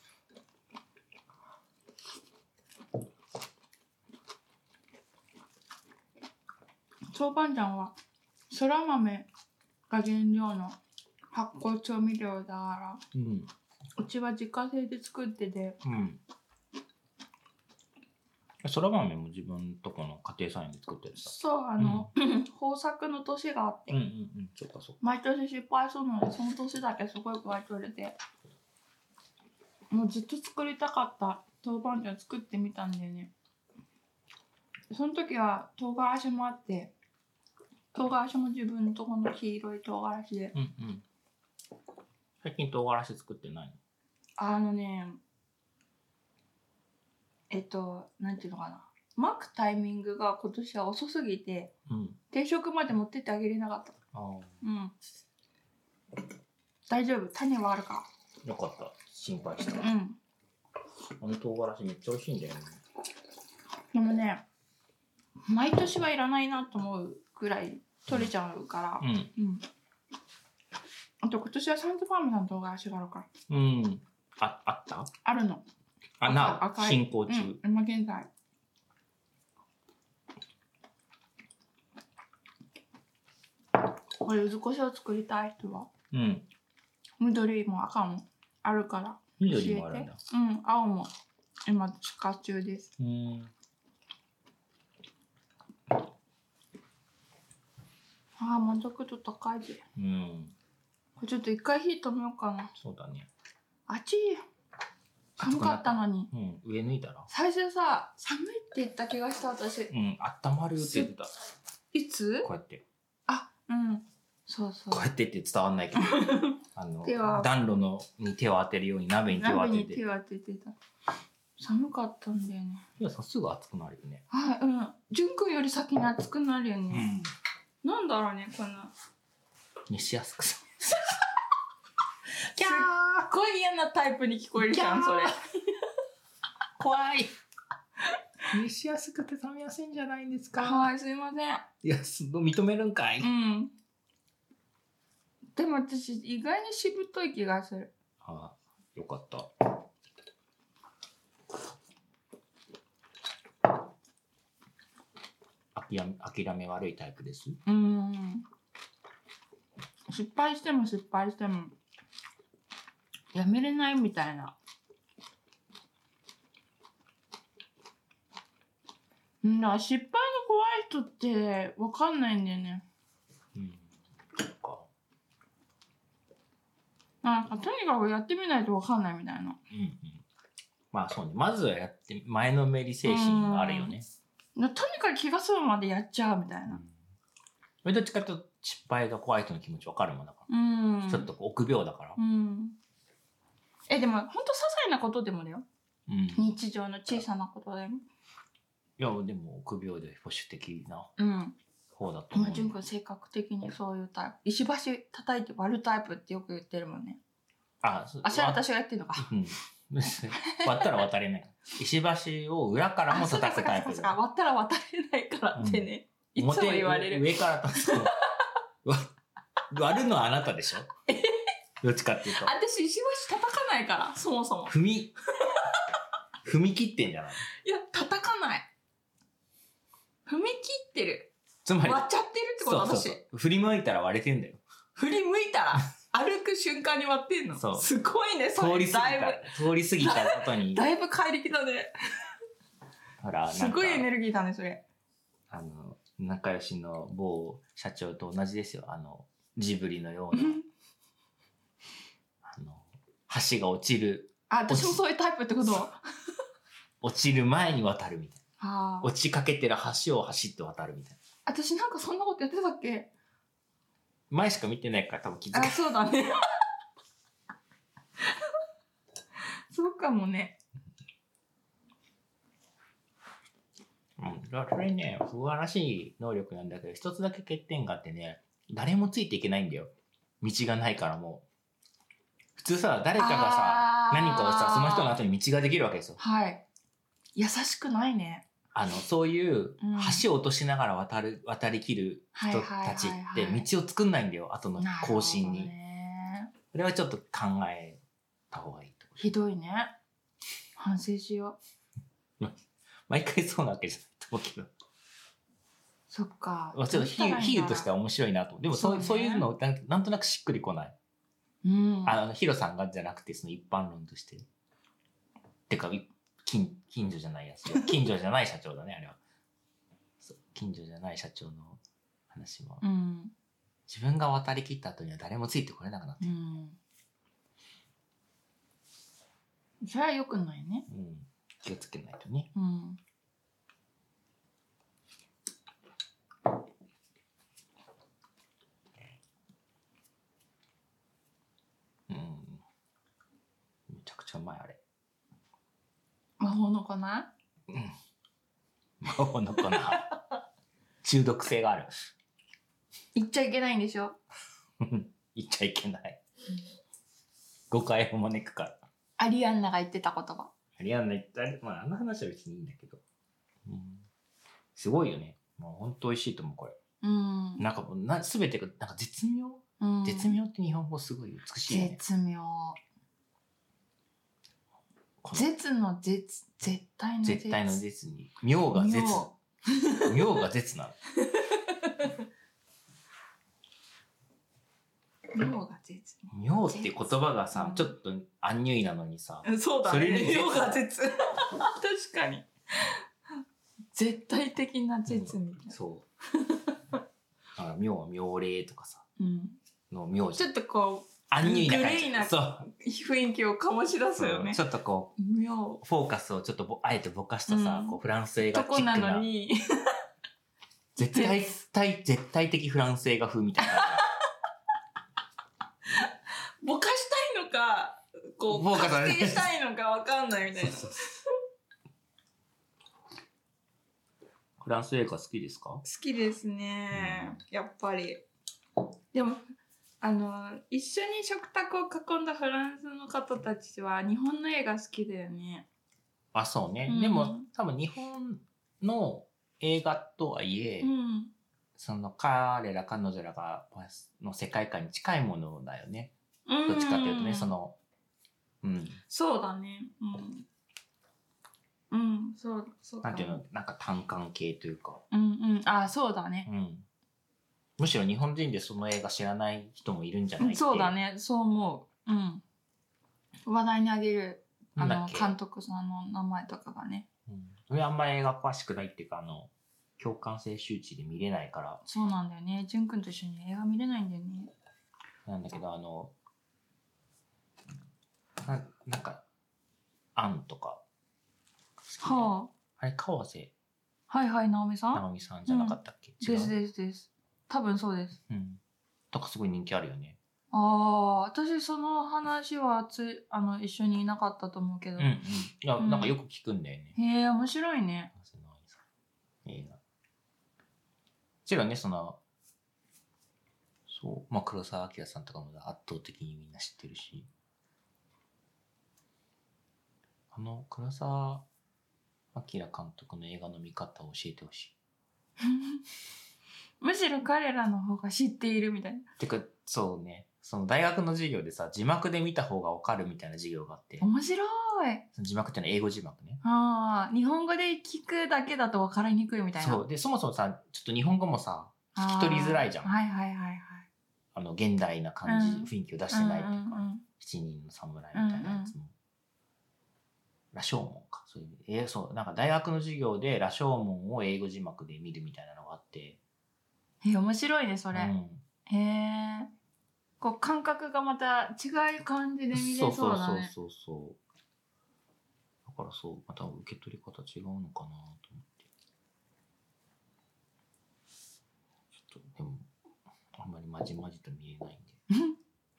豆板醤はそら豆が原料の発酵調味料だから、うちは自家製で作ってて。 そら豆も自分とこの家庭菜園で作ってるさ。 そう、豊作の年があって、毎年失敗するので、その年だけすごい配取れて、もうずっと作りたかった豆板醤作ってみたんだよね。その時は唐辛子もあって、唐辛子も自分のとこの黄色い唐辛子で。 最近唐辛子作ってないの？ なんていうのかな。巻くタイミングが今年は遅すぎて、定食まで持ってってあげれなかった。大丈夫、種はあるから。 よかった、心配した。唐辛子めっちゃ美味しいんだよね。 でもね、毎年はいらないなと思うくらい取れちゃうから。あと今年はサンドファームさんの唐辛子があるから。 あった？ あるの。 進行中。 今現在。これ柚子胡椒作りたい人は、緑も赤もあるから緑もあるんだ。 青も今出荷中です。満足度高いぜ。これちょっと一回火止めようかな。 そうだね。 あっち寒かったのに。 上脱いだら。 最初さ、寒いって言った気がした私。 温まるって言ってた。 いつ？ こうやって。 そうそう。 こうやってって伝わんないけど。暖炉に手を当てるように鍋に手を当てて。 鍋に手を当ててた。寒かったんだよね。 いやさ、すぐ暑くなるよね。 はい、潤くんより先に暑くなるよね。なんだろうね、こんな。 熱しやすくさ。 キャーすっごい嫌なタイプに聞こえるじゃん、それ。 怖い。熱しやすくて冷めやすいんじゃないんですか？ はい、すいません。 いや、認めるんかい。 うん。でも私、意外にしぶとい気がする。 ああ、よかった。諦め悪いタイプです。 失敗してもやめれないみたいな。失敗が怖い人って分かんないんだよね。なんかとにかくやってみないと分かんないみたいな。 まあそうね。まずはやって前のめり精神があるよね。 とにかく気が済むまでやっちゃうみたいな。 どっちかというと失敗が怖い人の気持ち分かるもんだから。ちょっと臆病だから。でも本当些細なことでもだよ。日常の小さなことでも。いやでも臆病で保守的な方だと思う。 純君性格的にそういうタイプ。石橋叩いて割るタイプってよく言ってるもんね。それは私がやってるのか。 割ったら渡れない。石橋を裏からも叩くタイプだ。 割ったら渡れないからってね。いつも言われる。 上から叩く。割るのはあなたでしょ？どっちかっていうと。 私石橋叩かないから、そもそも。 踏み切ってんじゃない？ いや、叩かない。踏み切ってる。 つまり割っちゃってるってこと？私。 振り向いたら割れてんだよ。 振り向いたら歩く瞬間に割ってんの？そう。すごいね、それ。 通り過ぎたことに。 だいぶ怪力だね。 ほら、 すごいエネルギーだね、それ。 仲良しの某社長と同じですよ。ジブリのような。橋が落ちる。 私もそういうタイプってこと？ 落ちる前に渡るみたいな。 落ちかけてる橋を走って渡るみたいな。 私なんかそんなことやってたっけ？ 前しか見てないから多分気づかない。 そうだね。そうかもね。 それね、素晴らしい能力なんだけど、一つだけ欠点があってね、誰もついていけないんだよ。道がないからもう。普通さ、誰かがさ、何かをさ、その人の後に道ができるわけですよ。 はい。優しくないね。 そういう橋を落としながら渡りきる人たちって道を作んないんだよ、後の更新に。それはちょっと考えた方がいいと。 ひどいね。反省しよう。毎回そうなわけじゃないと思うけど。 そっか。 ちょっと比喩としては面白いなと。でもそういうのなんとなくしっくりこない。ヒロさんがじゃなくてその一般論として。てか、近所じゃないやつ。近所じゃない社長だね、あれは。近所じゃない社長の話も。自分が渡り切った後には誰もついてこれなくなってる。 それは良くないね。 気をつけないとね。めちゃくちゃうまいあれ。 魔法の粉？ 魔法の粉。中毒性がある。 言っちゃいけないんでしょ？ 言っちゃいけない。誤解を招くから。 アリアンナが言ってた言葉。 アリアンナ言った、あの話は別にいいんだけど。すごいよね。もう本当美味しいと思う、これ。なんかもう全てが、なんか絶妙、絶妙って日本語すごい美しいよね。 絶妙。絶の絶、絶対の絶。 絶対の絶に。妙が絶。妙が絶なの。 妙が絶。 妙って言葉がさ、ちょっとアンニュイなのにさ。 そうだね。妙が絶。確かに。絶対的な絶みたいな。 そう。妙は妙齢とかさ。の妙じゃん。 ちょっとこう、 アンニュイなグレーな雰囲気を醸し出すよね。 ちょっとこう、フォーカスをちょっとあえてぼかしたさ、こうフランス映画チックな。 とこなのに。 絶対的フランス映画風みたいな。 ぼかしたいのか、こう、確定したいのかわかんないみたいな。 フランス映画好きですか？ 好きですね。やっぱり。でも、 一緒に食卓を囲んだフランスの方たちは日本の映画好きだよね。 あ、そうね。 うんでも多分日本の映画とはいえ、 うん。 その彼ら彼女らがの世界観に近いものだよね。 うんどっちかっていうとね、 そうだね。うん。そうかも。 なんていうの、なんか単管系というか。 あ、そうだね。 むしろ日本人でその映画知らない人もいるんじゃないって。 そうだね。そう思う。話題にあげる、監督さんの名前とかがね。 俺あんまり映画詳しくないっていうか、共感性周知で見れないから。 そうなんだよね。じゅんくんと一緒に映画見れないんだよね。 なんだけど、なんか、アンとか。 はあれ、川瀬はい、直美さん直美さんじゃなかったっけ、違うです。多分そうです。 とかすごい人気あるよね。 私その話は一緒にいなかったと思うけど。 いや、なんかよく聞くんだよね。 へえ、面白いね。 映画。もちろんね、そう、黒澤明さんとかも圧倒的にみんな知ってるし。黒澤明監督の映画の見方を教えてほしい。 むしろ彼らの方が知っているみたいな。 てか、そうね。その大学の授業でさ、字幕で見た方がわかるみたいな授業があって。 面白い。 字幕ってのは英語字幕ね。 日本語で聞くだけだと分かりにくいみたいな。 そう。で、そもそもさ、ちょっと日本語もさ、聞き取りづらいじゃん。現代な感じ、雰囲気を出してないっていうか、七人の侍みたいなやつも。羅生門か。そう、なんか大学の授業で羅生門を英語字幕で見るみたいなのがあって。 面白いね、それ。へえ。こう、感覚がまた違う感じで見れそうだね。 そう。だからそう、また受け取り方違うのかなと思って。ちょっと、でも、あんまりまじまじと見えないんで。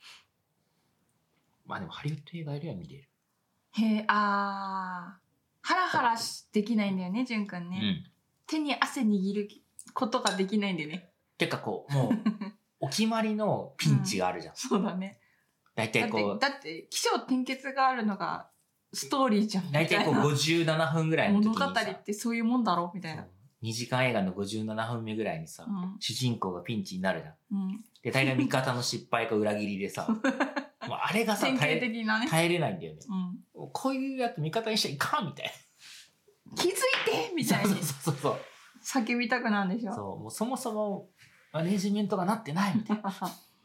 まあでもハリウッド映画よりは見れる。 ハラハラできないんだよね、じゅんくんね。手に汗握ることができないんだよね。 てかもう、お決まりのピンチがあるじゃん。 そうだね。 大体だって、起承転結があるのがストーリーじゃん。 大体57分ぐらいの時に物語ってそういうもんだろみたいな。 2時間映画の57分目ぐらいにさ、主人公がピンチになるじゃん。で、大概味方の失敗か裏切りでさ、もうあれがさ、耐えれないんだよね。こういうやつ味方にしちゃいかんみたいな。 気づいてみたいに。 そう。 叫びたくなんでしょ。 そう、もうそもそもマネージメントがなってないみたいな。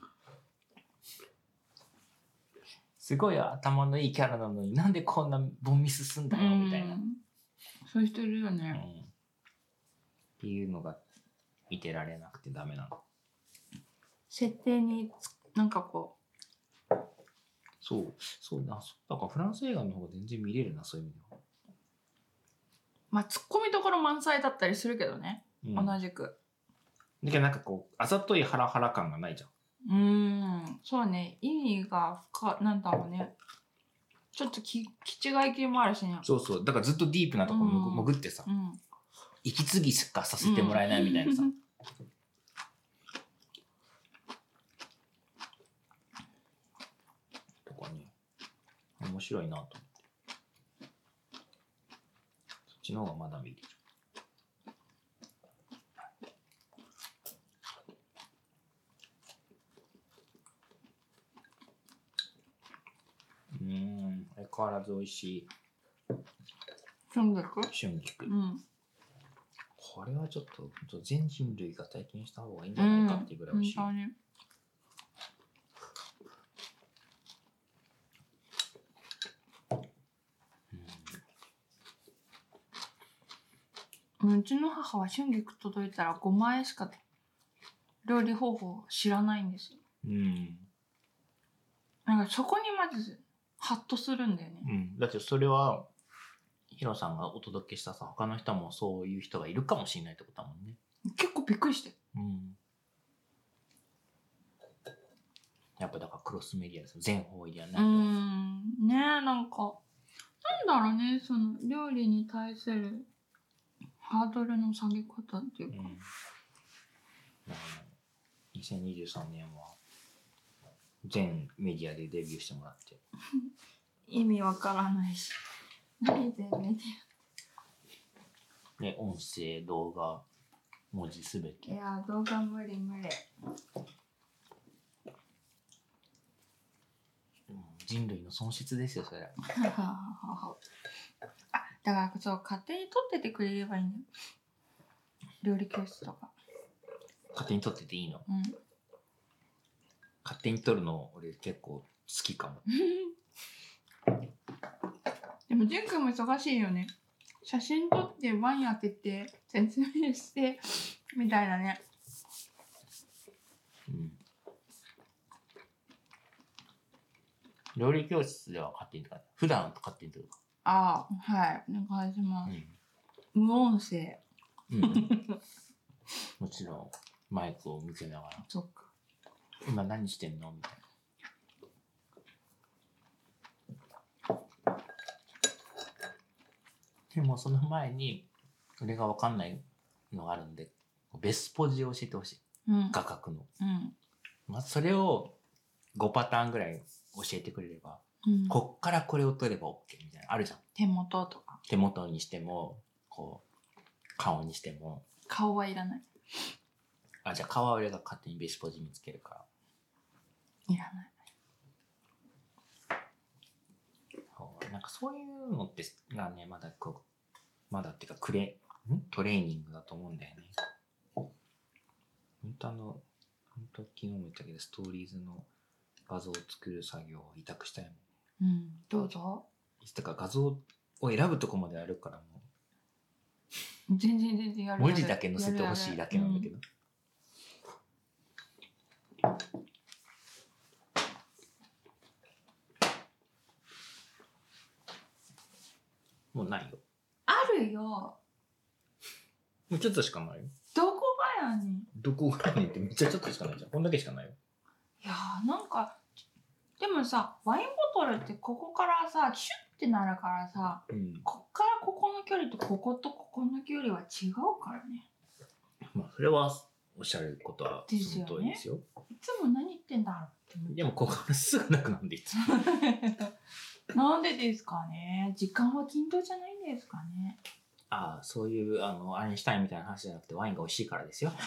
すごい頭のいいキャラなのになんでこんなボンミスすんだよみたいな。 そういう人いるよね。 っていうのが見てられなくてダメなの。 設定になんかこう。 そうだからフランス映画の方が全然見れるな、そういう意味では。 まあツッコミどころ満載だったりするけどね、同じく。 だけどなんかこうあざといハラハラ感がないじゃん。 そうね、意味がなんだろうね、ちょっと気違い系もあるしね。 そうだからずっとディープなとこ潜ってさ、息継ぎしかさせてもらえないみたいなさ。とかね、面白いなと思って。そっちの方がまだ見れる。相変わらず美味しい。春菊。これはちょっと全人類が体験した方がいいんじゃないかっていうぐらい美味しい。 うちの母は春菊届いたら5万円しか料理方法知らないんですよ。なんかそこにまずハッとするんだよね。 だってそれはヒロさんがお届けしたさ、他の人もそういう人がいるかもしれないってことだもんね。 結構びっくりして。 やっぱだからクロスメディアですよ。全方位ではない。 ねえ、なんかなんだろうね、その料理に対するハードルの下げ方っていうか。 2023年は全メディアでデビューしてもらって。 意味わからないし。何全メディね、音声、動画、文字すべて。 ア。いや、動画無理無理。 人類の損失ですよ、それ。 あ、だからそう、勝手に撮っててくれればいいんだよ。料理教室とか。 勝手に撮ってていいの？ うん。 勝手に撮るの俺結構好きかも。 でも、ジュン君も忙しいよね。写真撮ってワイン開けて説明してみたいなね。 うん。料理教室では勝手にとか、普段勝手にとか。 ああ、はい、お願いします。無音声。 もちろんマイクを向けながら。 そっか。 今何してんのみたいな。でもその前に俺が分かんないのがあるんで、ベスポジを教えてほしい。画角の。まあ、それを5パターンぐらい教えてくれれば、こっからこれを取れば OK みたいなあるじゃん。 手元とか。 手元にしても、こう顔にしても。 顔はいらない。 あ、じゃあ顔は俺が勝手にベスポジ見つけるから。 いらない。 なんかそういうのってがね、まだっていうかトレーニングだと思うんだよね。本当昨日も言ったけど、ストーリーズの画像を作る作業を委託したいもん。どうぞ。 だから画像を選ぶとこまでやるからもう。全然やる。 文字だけ載せてほしいだけなんだけど。もうないよ。 あるよ。 もうちょっとしかないよ。 どこがやねん。 どこがやねんってめっちゃちょっとしかないじゃん。こんだけしかないよ。 いやーなんか、でもさ、ワインボトルってここからさ、キュッてなるからさ、こっからここの距離とこことここの距離は違うからね。 まあそれはおっしゃることはその通りですよ。 いつも何言ってんだろうって。 でもここからすぐなくなんでいつも。 なんでですかね。時間は均等じゃないんですかね。 ああ、そういうアインシュタインみたいな話じゃなくてワインが美味しいからですよ。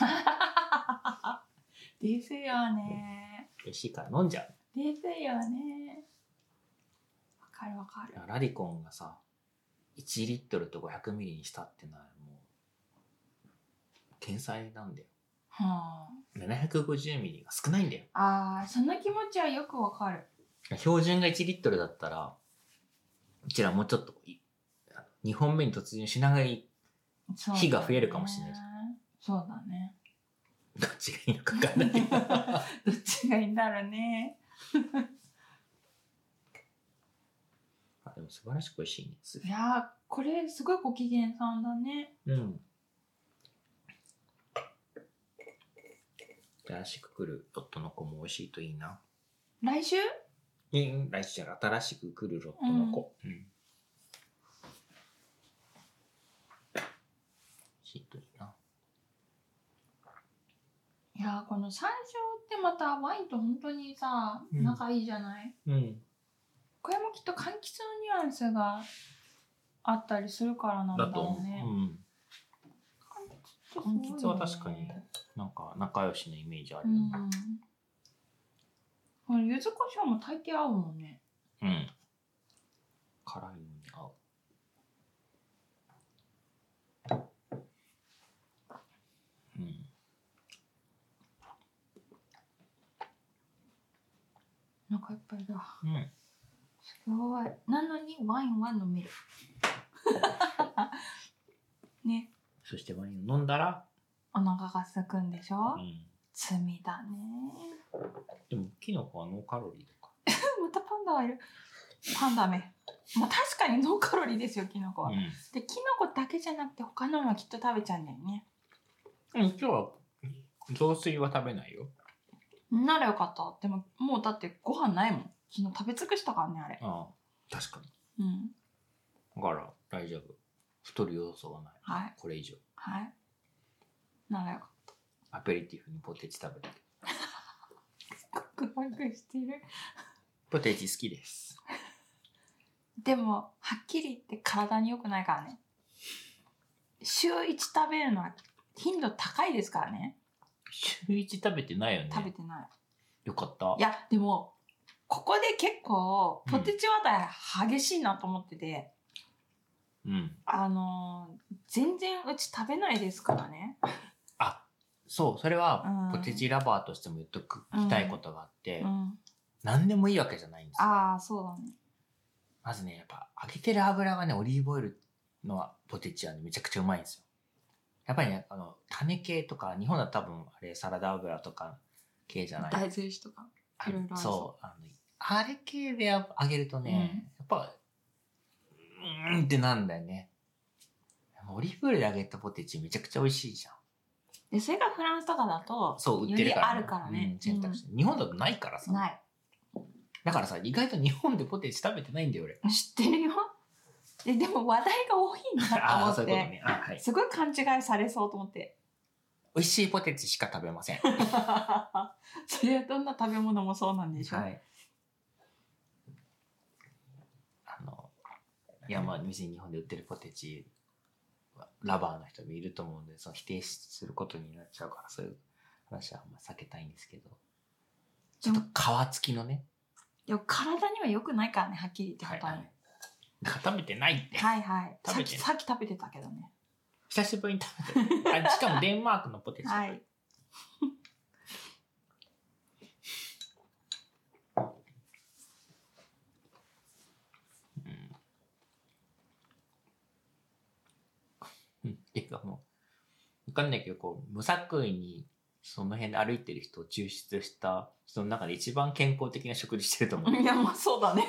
ですよね。 美味しいから飲んじゃう。 ですよね。わかるわかる。 ラディコンがさ、1リットルと500ミリにしたってのはもう天才なんだよ。 はあ、750ミリが少ないんだよ。 ああ、その気持ちはよくわかる。 標準が1リットルだったら、うちらもうちょっと2本目に突入しながら日が増えるかもしれないじゃん。 そうだね。 どっちがいいのか分かんないけど。 どっちがいいんだろうね。 あ、でも素晴らしく美味しいね。 いやー、これすごいご機嫌さんだね。 うん。新しく来るロットの子も美味しいといいな。 来週？ 来週じゃない、新しく来るロットの子。美味しいといいな。 いやー、この山椒ってまたワインと本当にさ、仲いいじゃない？これもきっと柑橘のニュアンスがあったりするからなんだろうね。 柑橘は確かになんか仲良しのイメージあるよね。 これ柚子胡椒も大抵合うもんね。 辛いのに合う。 なんかいっぱいだ。すごい。なのにワインは飲める。ね。 そしてワインを飲んだらお腹が空くんでしょ。罪だね。 でもキノコはノーカロリーとか。 またパンダがいる。パンダめ。まあ確かにノーカロリーですよ、キノコは。で、キノコだけじゃなくて他のもきっと食べちゃうんだよね。 今日は雑炊は食べないよ。 ならよかった。でももうだってご飯ないもん。昨日食べ尽くしたからね、あれ。 ああ、確かに。だから大丈夫。太る要素がない。 はい。 これ以上。 はい。ならよかった。 アペリティフにポテチ食べて。 クワクしてる。 ポテチ好きです。 でもはっきり言って体に良くないからね。週1食べるのは頻度高いですからね。 週1食べてないよね。 食べてない。 よかった。 いやでもここで結構ポテチ話題激しいなと思ってて、 うん、 全然うち食べないですからね。 あ、そう、それはポテチラバーとしても言っとく、きたいことがあって、何でもいいわけじゃないんですよ。 ああ、そうだね。 まずね、やっぱ揚げてる油がね、オリーブオイルのポテチはね、めちゃくちゃうまいんですよ。やっぱりね、種系とか、日本だと多分あれサラダ油とか系じゃない。 大豆油とか。いろいろある。 そう。あれ系で揚げるとね、やっぱ、ってなんだよね。オリーブオイルで揚げたポテチめちゃくちゃ美味しいじゃん。 で、それがフランスとかだと、 そう、売ってるから、 あるからね。 選択肢。日本だとないからさ。 ない。 だからさ、意外と日本でポテチ食べてないんだよ、俺。 知ってるよ。でも話題が多いんだと思って。 そういうことね。はい。 すごい勘違いされそうと思って。 美味しいポテチしか食べません。 それはどんな食べ物もそうなんでしょ。はい。 いや、まあ、別に日本で売ってるポテチはラバーの人もいると思うんで、その否定することになっちゃうから、そういう話はあんま避けたいんですけど。ちょっと皮付きのね。 でも体には良くないからね、はっきり言ってことはね。 だから食べてないって。 はいはい。さっき食べてたけどね。 久しぶりに食べてる。しかもデンマークのポテチ。はい。てかもう、わかんないけど、こう、無作為にその辺で歩いてる人を抽出した人の中で一番健康的な食事してると思う。 いや、まあそうだね。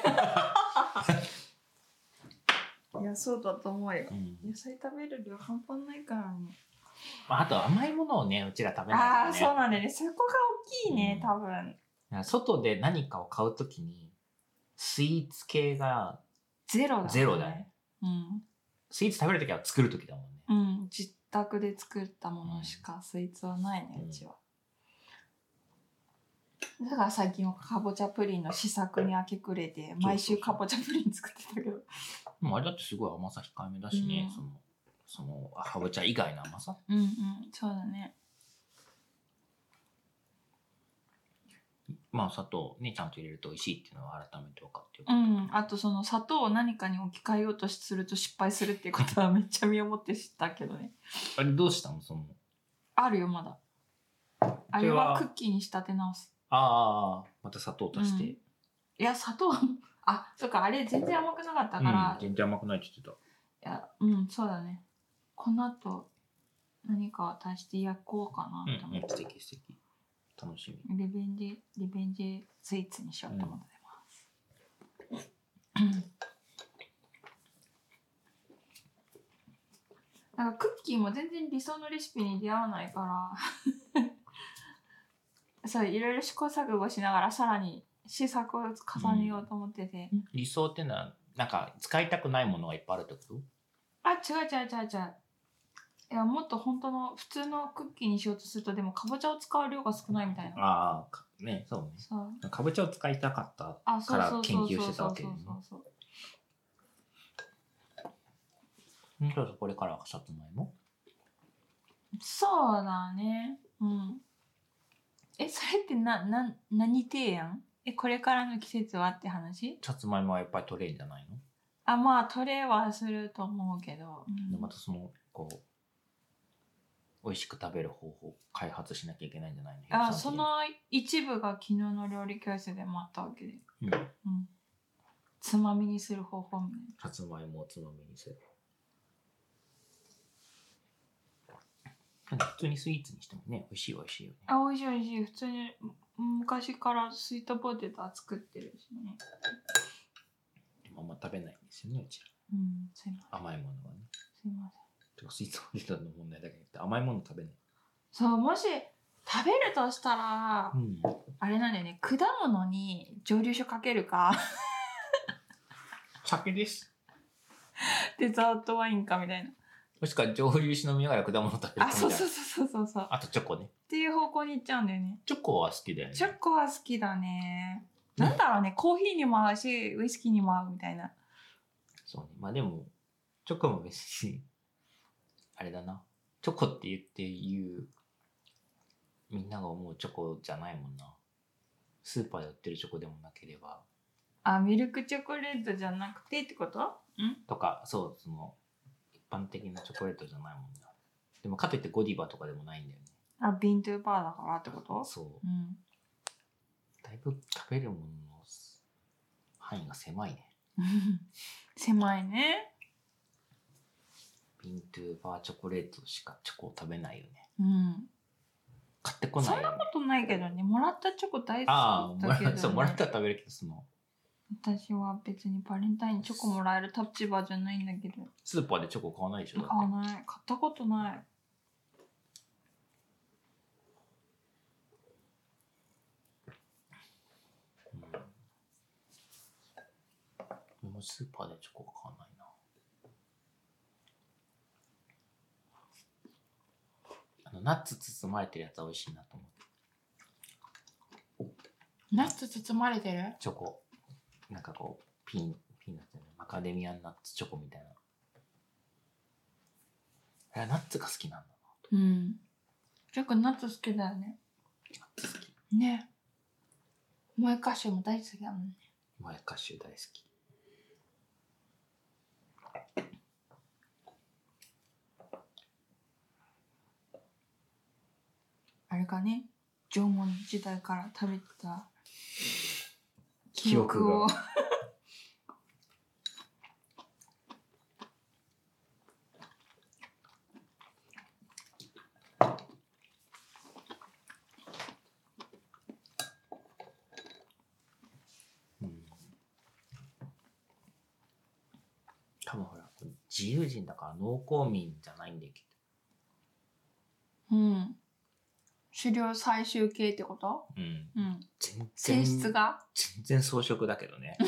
いや、そうだと思うよ。野菜食べる量半端ないからね。 あと甘いものをね、うちら食べないからね。 ああ、そうなんだよね。そこが大きいね、多分。 外で何かを買うときに、スイーツ系がゼロだね。 ゼロだね。スイーツ食べるときは作るときだもんね。 自宅で作ったものしかスイーツはないね、うちは。だから最近はかぼちゃプリンの試作に明け暮れて、毎週かぼちゃプリン作ってたけど。 あれだってすごい甘さ控えめだしね、そのかぼちゃ以外の甘さ。 そうだね。 まあ砂糖ね、ちゃんと入れると美味しいっていうのは改めて分かってる。 あとその砂糖を何かに置き換えようとすると失敗するっていうことはめっちゃ身をもって知ったけどね。 あれどうしたのあるよ、まだ。あれはクッキーに仕立て直す。 また砂糖足して。 いや、砂糖、そうか、あれ全然甘くなかったから。 全然甘くないって言ってた。いや、そうだね。この後、何かを足して焼こうかなと思って。 素敵素敵。楽しみ。 リベンジスイーツにしようと思ってます。なんかクッキーも全然理想のレシピに出会わないからそういろいろ試行錯誤しながらさらに試作を重ねようと思ってて、 理想ってのはなんか使いたくないものがいっぱいあるってこと？ 違う。いや、もっと本当の普通のクッキーにしようとするとでもかぼちゃを使う量が少ないみたいな。 ね、そうね。かぼちゃを使いたかったから研究してたわけですね。これからはさつまいも？ そうだね。それって何提案？これからの季節はって話？ さつまいもはやっぱり取れるんじゃないの？ まあ取れはすると思うけど。 でまたこう美味しく食べる方法開発しなきゃいけないんじゃないの？ その一部が昨日の料理教室でもあったわけで。つまみにする方法みたいな。 さつまいもをつまみにする。普通にスイーツにしてもね、美味しいよね。 美味しい。普通に昔からスイートポテトは作ってるしね。 でもあんま食べないんですよね、うちら。 すいません。 甘いものはね。 すいません。 スイーツポテトの問題だけど、甘いもの食べない。 そう、もし食べるとしたら、あれなんだよね、果物に蒸留酒かけるか酒です。 デザートワインかみたいな。 もしくは蒸留酒飲みながら果物食べるかみたいな。 そうそう。 あとチョコね。 っていう方向に行っちゃうんだよね。 チョコは好きだよね。 チョコは好きだね。なんだろうね、コーヒーにも合うし、ウイスキーにも合うみたいな。 そうね。まあでも、チョコも別に、あれだな。チョコって言ってみんなが思うチョコじゃないもんな。スーパーで売ってるチョコでもなければ。 ミルクチョコレートじゃなくてってこと？ とか、そう、その、一般的なチョコレートじゃないもんな。でもかといってゴディバとかでもないんだよね。 ビントゥーバーだからってこと？ そう。だいぶ食べるものの範囲が狭いね。 狭いね。 ビントゥーバーチョコレートしかチョコを食べないよね。買ってこないよね。そんなことないけどね。もらったチョコ大好きだけど、ね。 そう、もらったら食べるけど、 私は別にバレンタインチョコもらえる立場じゃないんだけど。 スーパーでチョコ買わないでしょ？ 買わない。買ったことない。 もうスーパーでチョコ買わないな。ナッツ包まれてるやつは美味しいなと思って。 ナッツ包まれてる？ チョコ。なんかこう、ピーナッツ、マカデミアンナッツチョコみたいな。ナッツが好きなんだな。 結構ナッツ好きだよね。 ナッツ好き。 ね。萌え歌手も大好きだもんね。 萌え歌手大好き。 あれかね、縄文時代から食べてた記憶を多分ほら自由人だから農耕民じゃないんだけど。狩猟採集系ってこと？性質が全然草食だけどね。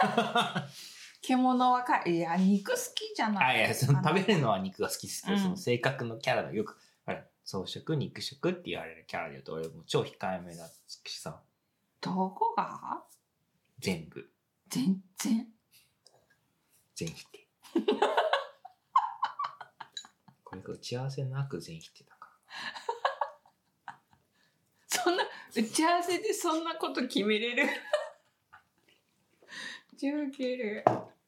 獣は肉好きじゃない。 その食べるのは肉が好きですけど、その性格のキャラがよく草食肉食って言われるキャラで言うと俺も超控えめだしさ。 どこが？ 全部。 全否定。これが打ち合わせなく全否定だから。 そんな打ち合わせでそんなこと決めれる？ウケる。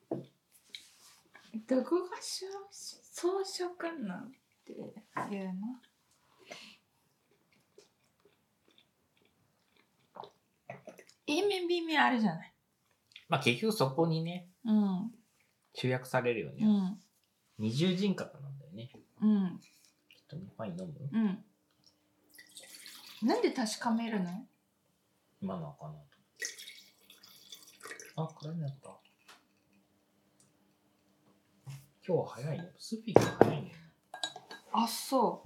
どこが草食なんていうの？A 面 B 面あるじゃない。 まあ結局そこにね、集約されるよね。二重人格なんだよね。きっとワイン飲む？ なんで確かめるの？ 今のかなと。空になった。今日は早いね。スピーが早いね。 そう。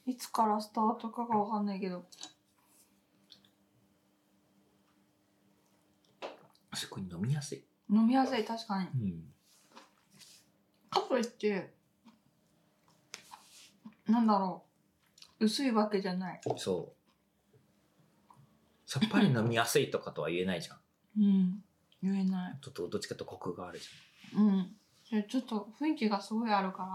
いつからスタートかがわかんないけど。 すごい飲みやすい。 飲みやすい、確かに。かといってなんだろう、薄いわけじゃない。 そうさっぱり飲みやすいとかとは言えないじゃん。 言えない。 どっちかとコクがあるじゃん。ちょっと雰囲気がすごいあるから。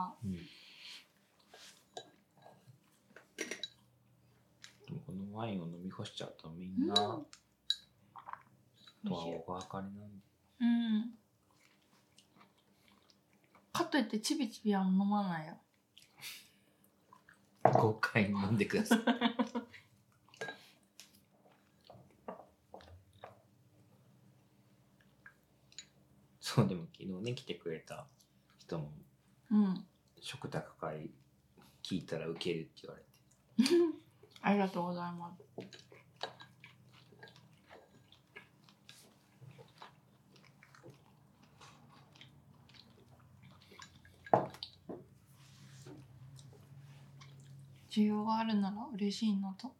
でもこのワインを飲み干しちゃうとみんなとはお別れなんだ。 かといってちびちびは飲まないよ。 豪快に飲んでください。そう、でも昨日ね来てくれた人も、食卓会聞いたらウケるって言われて。 ありがとうございます。需要があるなら嬉しいなと。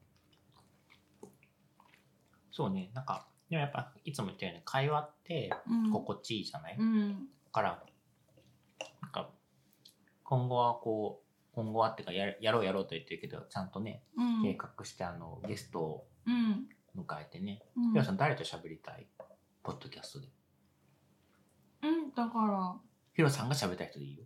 そうね、なんかでもやっぱいつも言ったように会話って心地いいじゃない？だからなんか今後はっていうかやろうと言ってるけど、ちゃんとね、計画してゲストを迎えてね。ヒロさん誰と喋りたい？ポッドキャストで。 だから。 ヒロさんが喋りたい人でいいよ。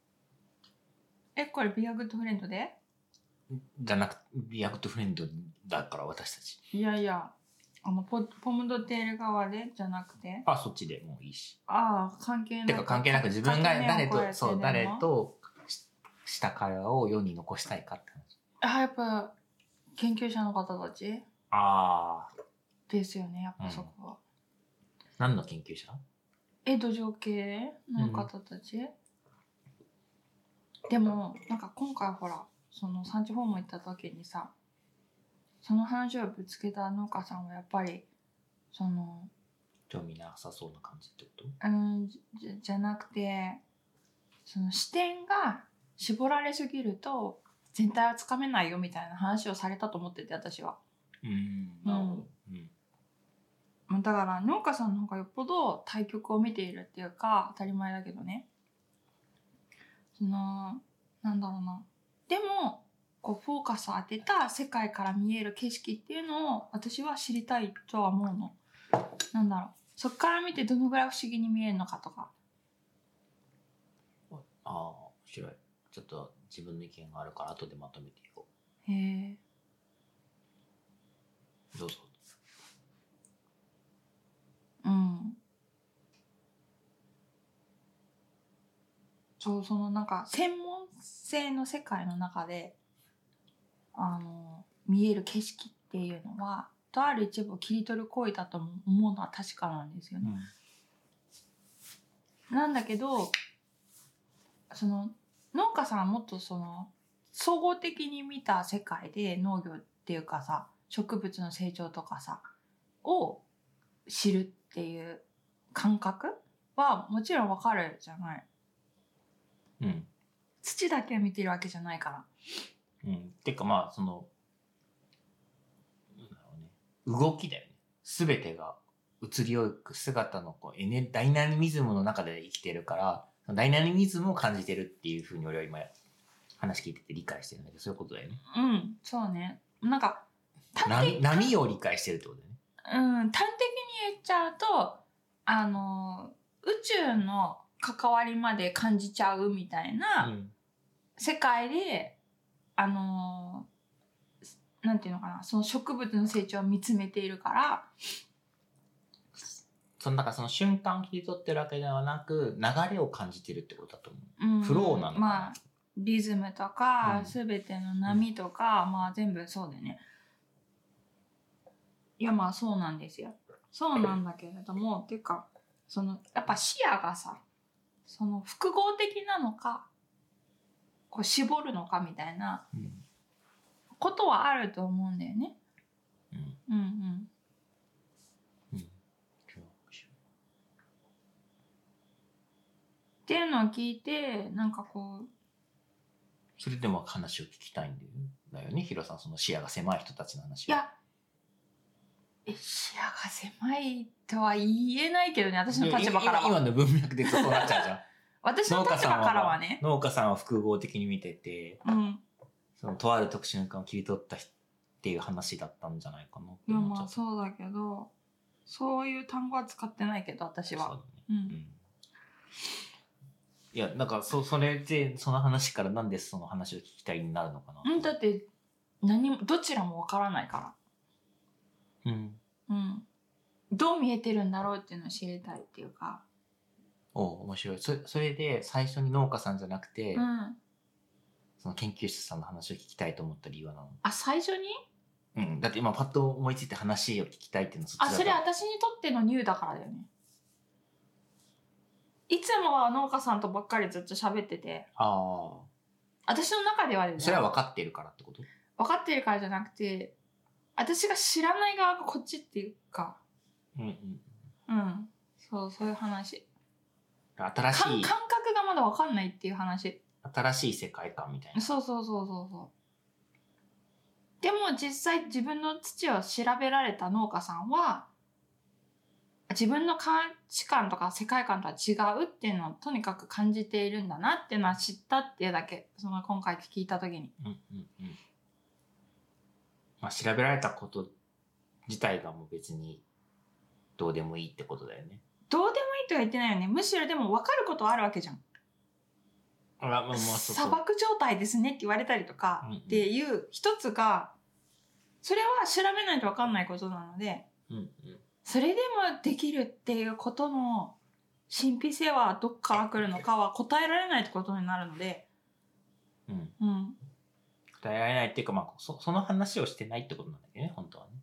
これビアグッドフレンドで？ じゃなくて、ビアグッドフレンドだから私たち。 いやいや、ポムドテール側でじゃなくて。 そっちでもいいし。 関係なく。 てか関係なく自分が誰とした会話を世に残したいかって話。やっぱ研究者の方たち。ですよね、やっぱそこは。 何の研究者？ 土壌系の方たち。でもなんか今回ほらその産地訪問行った時にさ、その話をぶつけた農家さんはやっぱりその興味なさそうな感じってこと？ じゃなくて、その視点が絞られすぎると全体はつかめないよみたいな話をされたと思ってて、私は。だから農家さんの方がよっぽど対局を見ているっていうか当たり前だけどね。なんだろうな。でもフォーカスを当てた世界から見える景色っていうのを私は知りたいとは思うの。なんだろう。そっから見てどのぐらい不思議に見えるのかとか。 面白い。ちょっと自分の意見があるから後でまとめていこう。へえ。 どうぞ。 そのなんか専門性の世界の中で見える景色っていうのはとある一部を切り取る行為だと思うのは確かなんですよね。なんだけどその農家さんはもっとその総合的に見た世界で農業っていうかさ、植物の成長とかさを知るっていう感覚はもちろんわかるじゃない。土だけを見てるわけじゃないから。 てかまあそのなんだろうね、動きだよね。すべてが移りゆく姿のダイナミズムの中で生きてるから、ダイナミズムを感じてるっていうふうに俺は今話聞いてて理解してるんだけど、そういうことだよね。 そうね。なんか波を理解してるってことだよね。 端的に言っちゃうと宇宙の関わりまで感じちゃうみたいな世界で、なんていうのかな、その植物の成長を見つめているから、 その瞬間を切り取ってるわけではなく流れを感じてるってことだと思う。フローなのかな。 リズムとかすべての波とか、全部そうだよね。いやそうなんですよ。そうなんだけれども、っていうかやっぱ視野がさ、複合的なのか絞るのかみたいなことはあると思うんだよね。っていうのを聞いて、なんかそれでも話を聞きたいんだよね、ヒロさん。その視野が狭い人たちの話。 いや、視野が狭いとは言えないけどね、私の立場からは。 今の文脈でそうなっちゃうじゃん。 私の立場からはね。 農家さんは複合的に見てて、そのとある特殊瞬間を切り取ったっていう話だったんじゃないかなって思っちゃった。 そうだけど、そういう単語は使ってないけど、私は。 いや、なんかそれでその話からなんでその話を聞きたいになるのかな。 だってどちらもわからないから。どう見えてるんだろうっていうのを知りたいっていうか。 面白い。それで最初に農家さんじゃなくて、その研究室さんの話を聞きたいと思った理由は何？ 最初に？ だって今パッと思いついて話を聞きたいっていうのはそっちだから。 それ私にとってのニューだからだよね。いつもは農家さんとばっかりずっと喋ってて。私の中ではそれは分かってるからってこと？ 分かってるからじゃなくて、私が知らない側がこっちっていうか。そういう話。 新しい感覚がまだ分かんないっていう話。 新しい世界観みたいな。 そう。でも実際自分の土を調べられた農家さんは自分の価値観とか世界観とは違うっていうのをとにかく感じているんだなっていうのは知ったっていうだけ。その今回聞いた時に。 まあ、調べられたこと自体がもう別にどうでもいいってことだよね。 どうでもいいとは言ってないよね。むしろでも分かることはあるわけじゃん。砂漠状態ですねって言われたりとかっていう一つが、それは調べないと分かんないことなので、それでもできるっていうことの神秘性はどっから来るのかは答えられないってことになるので、 答えられないっていうか、まあ、その話をしてないってことなんだけどね、本当はね。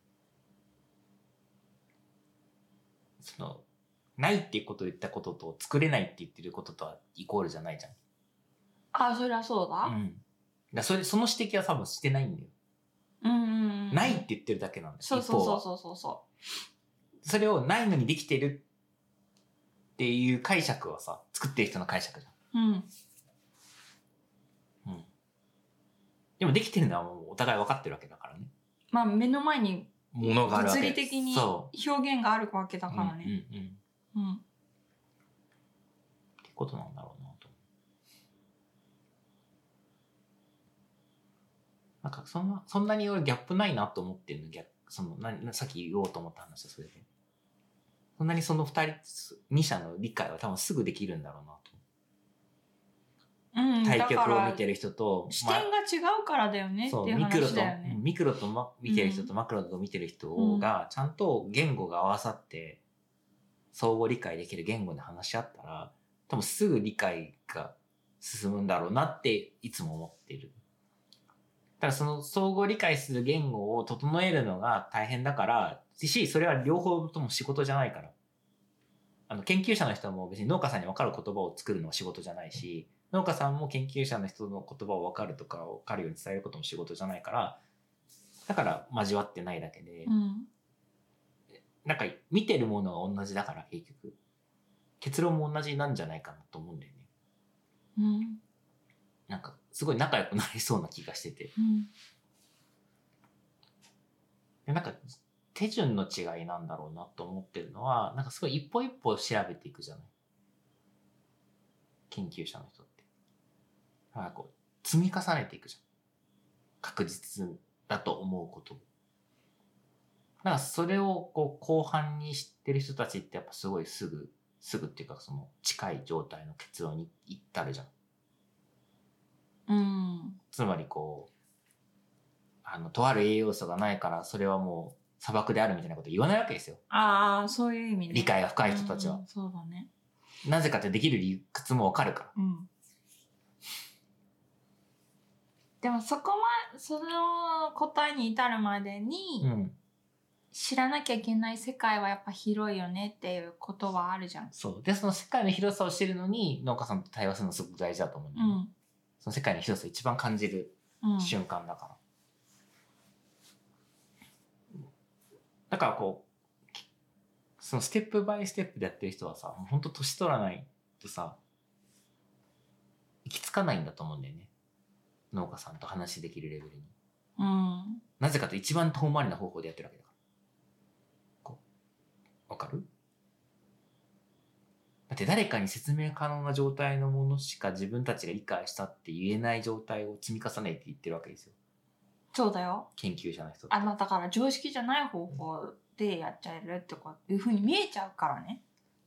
ないっていうことを言ったことと、作れないって言ってることとはイコールじゃないじゃん。 あ、そりゃそうだ。 その指摘は多分してないんだよ。ないって言ってるだけなんだよ。 そう。 それをないのにできてるっていう解釈はさ、作ってる人の解釈じゃん。でもできてるのはもうお互い分かってるわけだからね。 まあ目の前に物があるわけ。 物理的に表現があるわけだからね。 ってことなんだろうなと。なんかそんなに俺ギャップないなと思ってるの。さっき言おうと思った話はそれで。そんなにその二者の理解は多分すぐできるんだろうなと。対局を見てる人と視点が違うからだよねっていう話だよね。 ミクロと見てる人とマクロと見てる人がちゃんと言語が合わさって相互理解できる言語で話し合ったら多分すぐ理解が進むんだろうなっていつも思っている。ただその相互理解する言語を整えるのが大変だからそれは両方とも仕事じゃないから。研究者の人も別に農家さんに分かる言葉を作るのは仕事じゃないし、農家さんも研究者の人の言葉を分かるとか分かるように伝えることも仕事じゃないから、だから交わってないだけで、なんか見てるものが同じだから結局結論も同じなんじゃないかなと思うんだよね。なんかすごい仲良くなりそうな気がしてて、でなんか手順の違いなんだろうなと思ってるのは、なんかすごい一歩一歩調べていくじゃない、研究者の人って。なんかこう積み重ねていくじゃん、確実だと思うことを。なんかそれをこう後半に知ってる人たちってやっぱすごいすぐっていうかその近い状態の結論に至るじゃん。つまりこうとある栄養素がないからそれはもう砂漠であるみたいなこと言わないわけですよ。 ああ、そういう意味ね。 理解が深い人たちは。 そうだね。 なぜかってできる理屈もわかるから。 でもその答えに至るまでに、知らなきゃいけない世界はやっぱ広いよねっていうことはあるじゃん。 そう。で、その世界の広さを知るのに農家さんと対話するのすごく大事だと思うんだよね。その世界の広さを一番感じる瞬間だから。だからこう、そのステップバイステップでやってる人はさ、ほんと年取らないとさ、行き着かないんだと思うんだよね。農家さんと話できるレベルに。なぜかと一番遠回りな方法でやってるわけだから。こう、わかる？だって誰かに説明可能な状態のものしか自分たちが理解したって言えない状態を積み重ねていってるわけですよ。 そうだよ。 研究者の人って。 だから常識じゃない方法でやっちゃえるっていうふうに見えちゃうからね。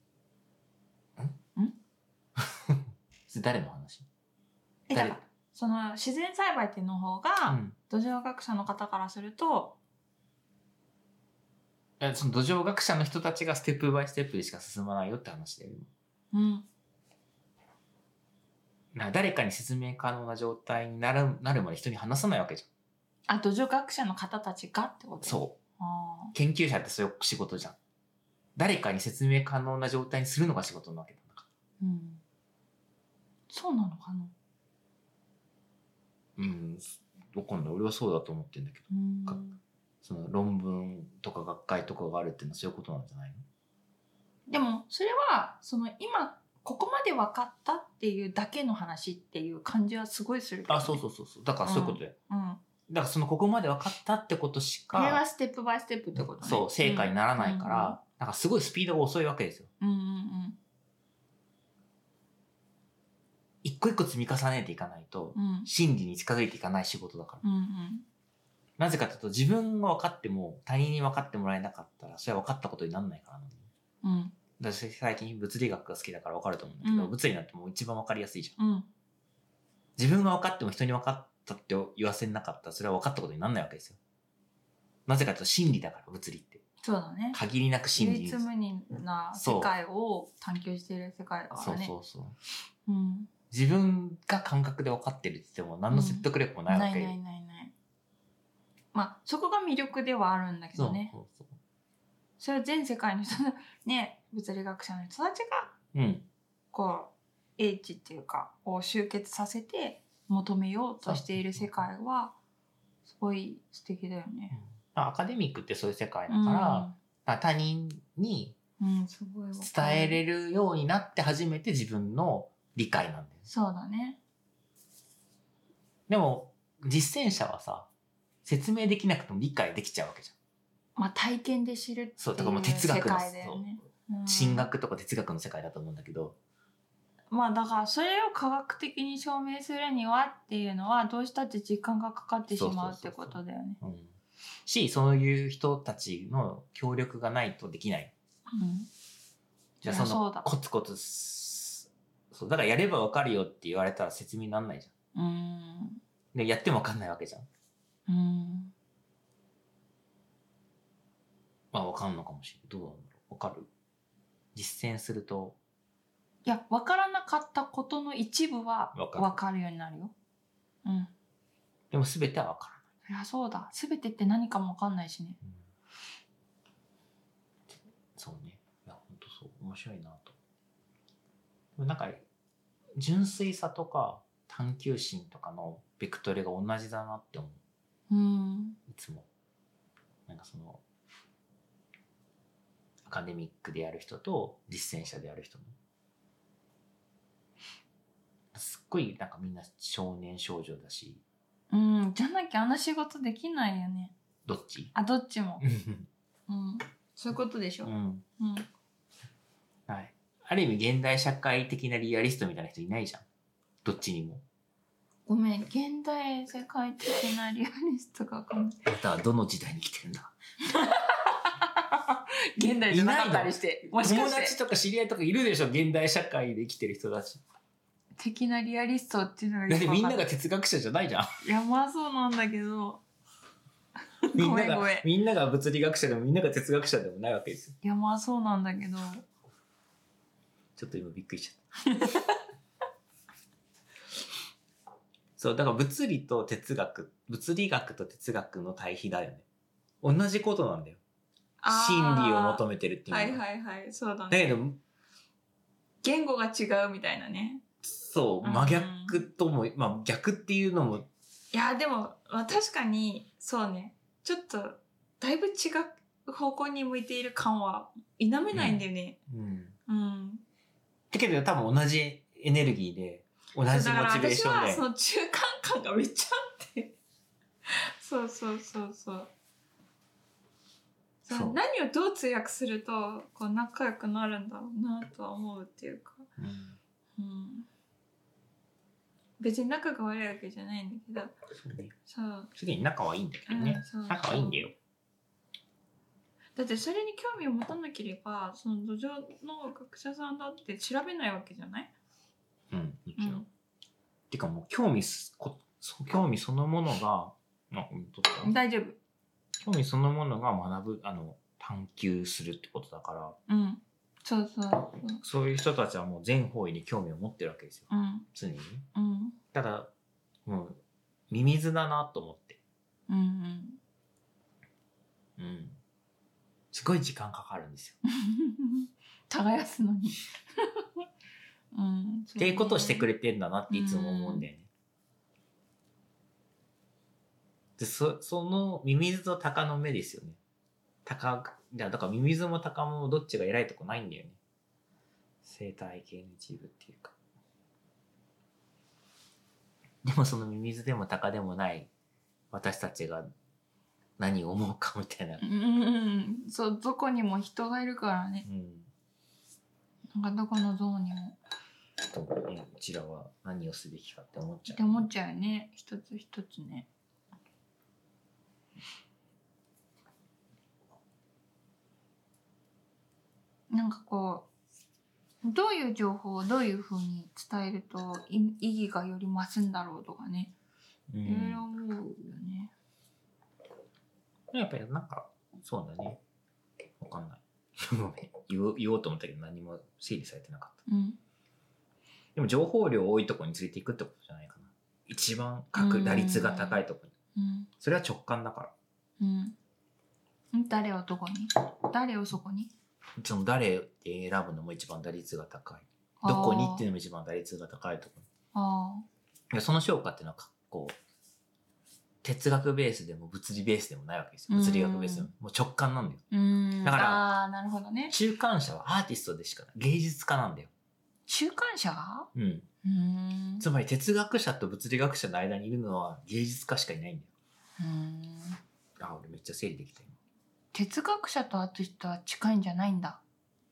それ誰の話？ だからその自然栽培っていうの方が、土壌学者の方からすると、 その土壌学者の人たちがステップバイステップでしか進まないよって話だよ。誰かに説明可能な状態になるまで人に話さないわけじゃん。土壌学者の方たちがってこと？ そう。研究者ってそういう仕事じゃん。誰かに説明可能な状態にするのが仕事なわけだから。 そうなのかな。 わかんない。俺はそうだと思ってるんだけど。その論文とか学会とかがあるっていうのはそういうことなんじゃないの？ でもそれはその今ここまで分かったっていうだけの話っていう感じはすごいするけど、ね。 そう。だからそういうことだよ。だからここまで分かったってことしか。 これがステップバイステップってことね。 そう、成果にならないから、 なんかすごいスピードが遅いわけですよ。 うんうん一個一個積み重ねていかないと、 うん真理に近づいていかない仕事だから。 うんうんなぜかというと、自分が分かっても他人に分かってもらえなかったら、それは分かったことにならないからなんだよね。 うん私最近物理学が好きだから分かると思うんだけど、 うん物理なんてもう一番分かりやすいじゃん。 うん自分が分かっても人に分かったって言わせなかったら、それは分かったことにならないわけですよ。なぜかというと真理だから、物理って。 そうだね。 限りなく真理唯一無二な世界を探求している世界だからね。 そうそうそう。 うん。 自分が感覚で分かってるって言っても何の説得力もないわけ。 ない。まあそこが魅力ではあるんだけどね。 そう。 それは全世界の人ね、物理学者の人たちがうん。 こう英知っていうかを集結させて求めようとしている世界はすごい素敵だよね。 アカデミックってそういう世界だから、他人にすごい伝えれるようになって初めて自分の理解なんだよ。 そうだね。 でも実践者はさ、説明できなくても理解できちゃうわけじゃん。 まあ体験で知るっていうそう、だからもう哲学の世界だよね。 神学とか哲学の世界だと思うんだけど、 まあだからそれを科学的に証明するにはっていうのはどうしたって時間がかかってしまうってことだよね。 そういう人たちの協力がないとできない。じゃあそのコツコツ、そうだからやればわかるよって言われたら説明にならないじゃん。でやってもわかんないわけじゃん。まあわかんのかもしれない。どうなんだろう。わかる？実践すると。 いや、わからなかったことの一部はわかるようになるよ。 でも全てはわからない。いや、そうだ。全てって何かもわかんないしね。 そうね。いや、ほんとそう。面白いなと。でもなんか、純粋さとか探求心とかのベクトルが同じだなって思う。いつも。なんかその、アカデミックでやる人と実践者でやる人も。すっごいなんかみんな少年少女だし。 じゃなきゃあんな仕事できないよね。 どっち？ どっちも。そういうことでしょ。 はい。ある意味現代社会的なリアリストみたいな人いないじゃん。どっちにも。 ごめん、現代世界的なリアリストがわかんない。 あなたはどの時代に生きてるんだ？ 現代じゃなかったりして。 もしかして友達とか知り合いとかいるでしょ、現代社会で生きてる人たち。 的なリアリストっていうのがだってみんなが哲学者じゃないじゃん。 いや、まあそうなんだけど。 みんなが物理学者でもみんなが哲学者でもないわけですよ。 いや、まあそうなんだけど。 ちょっと今びっくりしちゃった。そう、だから物理と哲学、物理学と哲学の対比だよね。同じことなんだよ。真理を求めてるっていうのは。 はい、そうだね。 だけど、 言語が違うみたいなね。 そう、真逆とも、まあ逆っていうのも。 いや、でも、確かに、そうね。ちょっと、だいぶ違う方向に向いている感は否めないんだよね。 だけど多分同じエネルギーで、同じモチベーションで。だから私はその中間感がめっちゃあって。そう。何をどう通訳するとこう仲良くなるんだろうなとは思うっていうか、別に仲が悪いわけじゃないんだけど、そうすでに仲はいいんだけどね、仲はいいんだよ。 だってそれに興味を持たなければその土壌の学者さんだって調べないわけじゃない？ もちろん。てかもう興味そのものが大丈夫。 興味そのものが学ぶ、探求するってことだから。そういう人たちはもう全方位に興味を持ってるわけですよ。常に。ただ、もう、ミミズだなと思って。すごい時間かかるんですよ。 耕すのに。 っていうことをしてくれてんだなっていつも思うんだよね。でそのミミズと鷹の目ですよね。だからミミズも鷹もどっちが偉いとこないんだよね。生態系の一部っていうか。でもそのミミズでも鷹でもない私たちが何を思うかみたいな。 そう、どこにも人がいるからね。なんかどこの像にも。 うちらは何をすべきかって思っちゃう。 って思っちゃうよね。一つ一つね。なんかこう、どういう情報をどういうふうに伝えると意義がより増すんだろうとかね。いろいろ思うよね。 やっぱりなんか、そうだね。わかんない。ごめん。言おうと思ったけど何も整理されてなかった。でも情報量多いところについていくってことじゃないかな。一番打率が高いところに。それは直感だから。 誰をどこに？誰をそこに？ その誰って選ぶのも一番打率が高い。どこにっていうのも一番打率が高いところ。その評価っていうのはこう哲学ベースでも物理ベースでもないわけですよ。物理学ベースでももう直感なんだよ。だからなるほどね。 中間者はアーティストでしかない。芸術家なんだよ。 中間者が？ つまり哲学者と物理学者の間にいるのは芸術家しかいないんだよ。俺めっちゃ整理できた今。 哲学者とアーティストは近いんじゃないんだ。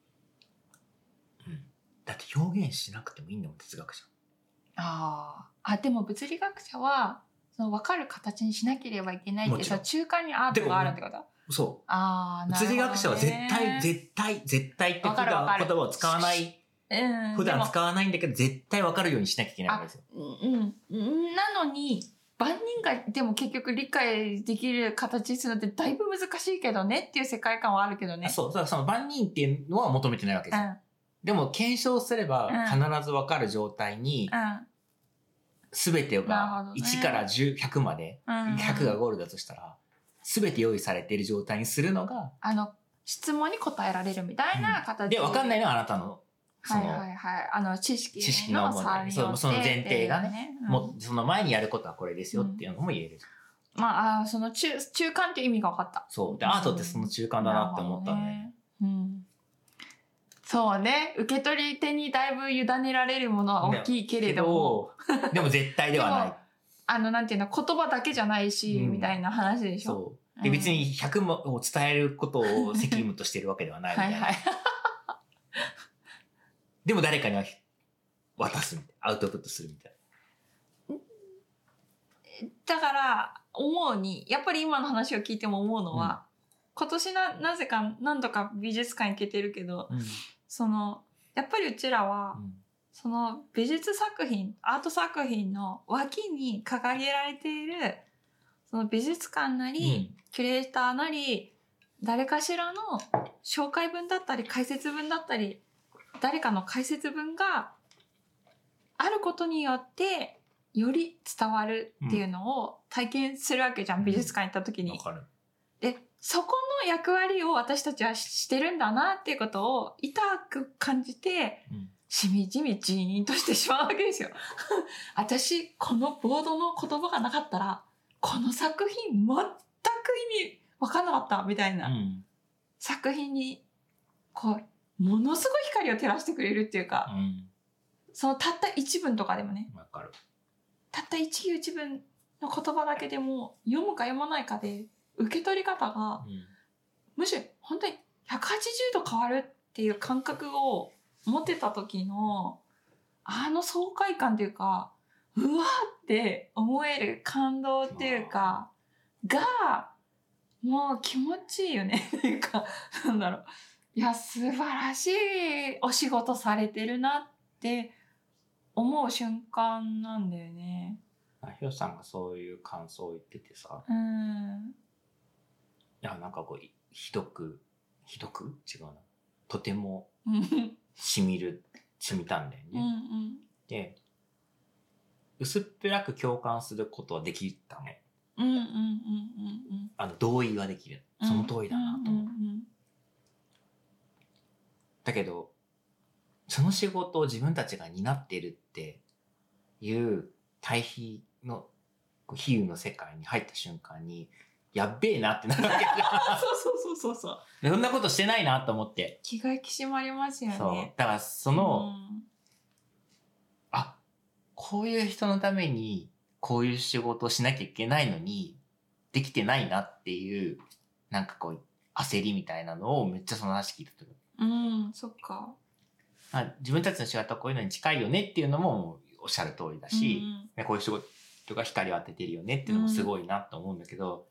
だって表現しなくてもいいんだもん、哲学者。 でも物理学者はその分かる形にしなければいけないってさ、中間にアートがあるってこと？ そう。 なるほどね。 物理学者は絶対って言葉を使わない。普段使わないんだけど、絶対分かるようにしなきゃいけないわけですよ。 なのに、万人がでも結局理解できる形にするのってだいぶ難しいけどねっていう世界観はあるけどね。 そう。だからその万人っていうのは求めてないわけですよ。でも検証すれば必ず分かる状態に、全てが1から100まで、100がゴールだとしたら、全て用意されている状態にするのが、 質問に答えられるみたいな形で。 で、分かんないのはあなたの、 知識の問題。その前提がね、もうその前にやることはこれですよっていうのも言える。 その中間っていう意味が分かった。 そう。で、アートってその中間だなって思ったんだよね。 そうね。受け取り手にだいぶ委ねられるものは大きいけれども。 でも絶対ではない。 なんていうの、言葉だけじゃないし、みたいな話でしょ。 そう。で、別に100を伝えることを責務としてるわけではないみたいな。でも誰かには渡すみたいな。アウトプットするみたいな。 だから、思うに、やっぱり今の話を聞いても思うのは、今年なぜか何度か美術館行けてるけど、やっぱりうちらは、その美術作品、アート作品の脇に掲げられている、その美術館なり、キュレーターなり、誰かしらの紹介文だったり、解説文だったり、誰かの解説文があることによって、より伝わるっていうのを体験するわけじゃん、美術館行った時に。で、そこの役割を私たちはしてるんだなっていうことを痛く感じて、しみじみジーンとしてしまうわけですよ。私、このボードの言葉がなかったら、この作品全く意味わかんなかったみたいな、作品に、ものすごい光を照らしてくれるっていうか、そのたった一文とかでもね、たった一行一文の言葉だけでも読むか読まないかで受け取り方が、むしろ本当に180度変わるっていう感覚を持ってた時の爽快感っていうか、うわーって思える感動っていうかがもう気持ちいいよねっていうか、なんだろう、いや素晴らしいお仕事されてるなって思う瞬間なんだよね。 ひろさんがそういう感想を言っててさ、いやなんかひどく違うな、とても染みたんだよね。で、薄っぺらく共感することはできたの。同意はできる。その通りだなと思う。だけど、その仕事を自分たちが担っているっていう対比の比喩の世界に入った瞬間に、やっべえなってなるわけじゃん。 そう。 そんなことしてないなと思って。 気が引き締まりますよね。 そう。だからこういう人のためにこういう仕事をしなきゃいけないのにっできてないなっていうなんかこう焦りみたいなのをめっちゃその話聞いたと。 そっか。 自分たちの仕事はこういうのに近いよねっていうのもおっしゃる通りだし、こういう仕事が光を当ててるよねっていうのもすごいなと思うんだけど、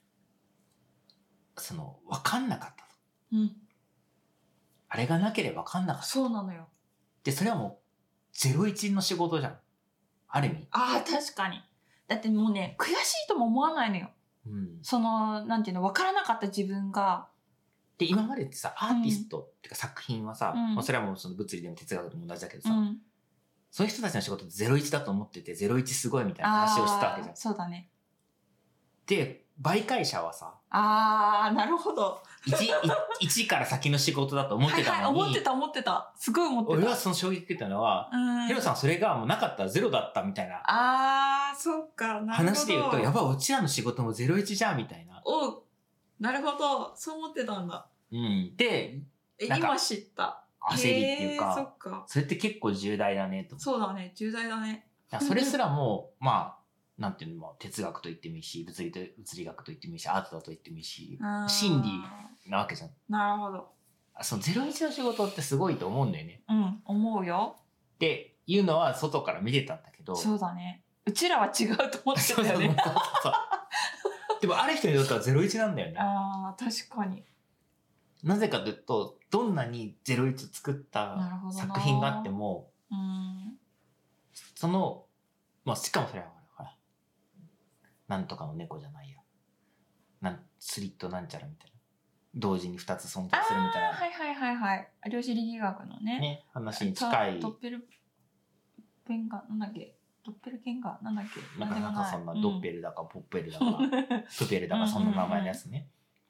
その分かんなかったと、あれがなければ分かんなかった。 そうなのよ。 でそれはもう01の仕事じゃん、ある意味。 確かに。だってもうね、悔しいとも思わないのよ。そのなんていうの、分からなかった自分が。 で今までってさ、アーティストっていうか作品はさ、それはもうその物理でも哲学でも同じだけどさ、そういう人たちの仕事01だと思ってて、01すごいみたいな話をしてたわけじゃん。 そうだね。 で媒介者はさ、 なるほど。 1から先の仕事だと思ってたのに、 思ってた。すごい思ってた。 俺はその衝撃受けたのは、ヒロさんそれがもうなかったらゼロだったみたいな。 そっか、なるほど。 話で言うと、やばい、うちらの仕事も01じゃんみたいな。 なるほど。そう思ってたんだ。 で、 今知った。 焦りっていうか、 そっか。 それって結構重大だねと。 そうだね、重大だね。 それすらも、なんていうの、哲学と言ってもいいし、物理学と言ってもいいし、アートだと言ってもいいし、真理なわけじゃん。 なるほど。 その01の仕事ってすごいと思うんだよね。 思うよ。 っていうのは外から見てたんだけど。 そうだね。うちらは違うと思ってたよね。 でもある人にとっては01なんだよね。 確かに。 なぜかというと、どんなに01作った作品があっても、その、しかもそれはほら、なんとかの猫じゃないや。スリットなんちゃらみたいな。同時に2つ存在するみたいな。 はい。量子力学のね。 話に近い。 ドッペルペンガ、なんだっけ。ドッペルケンガーなんだっけ。 なんかそんなドッペルだかポッペルだかプペルだかそんな名前のやつね。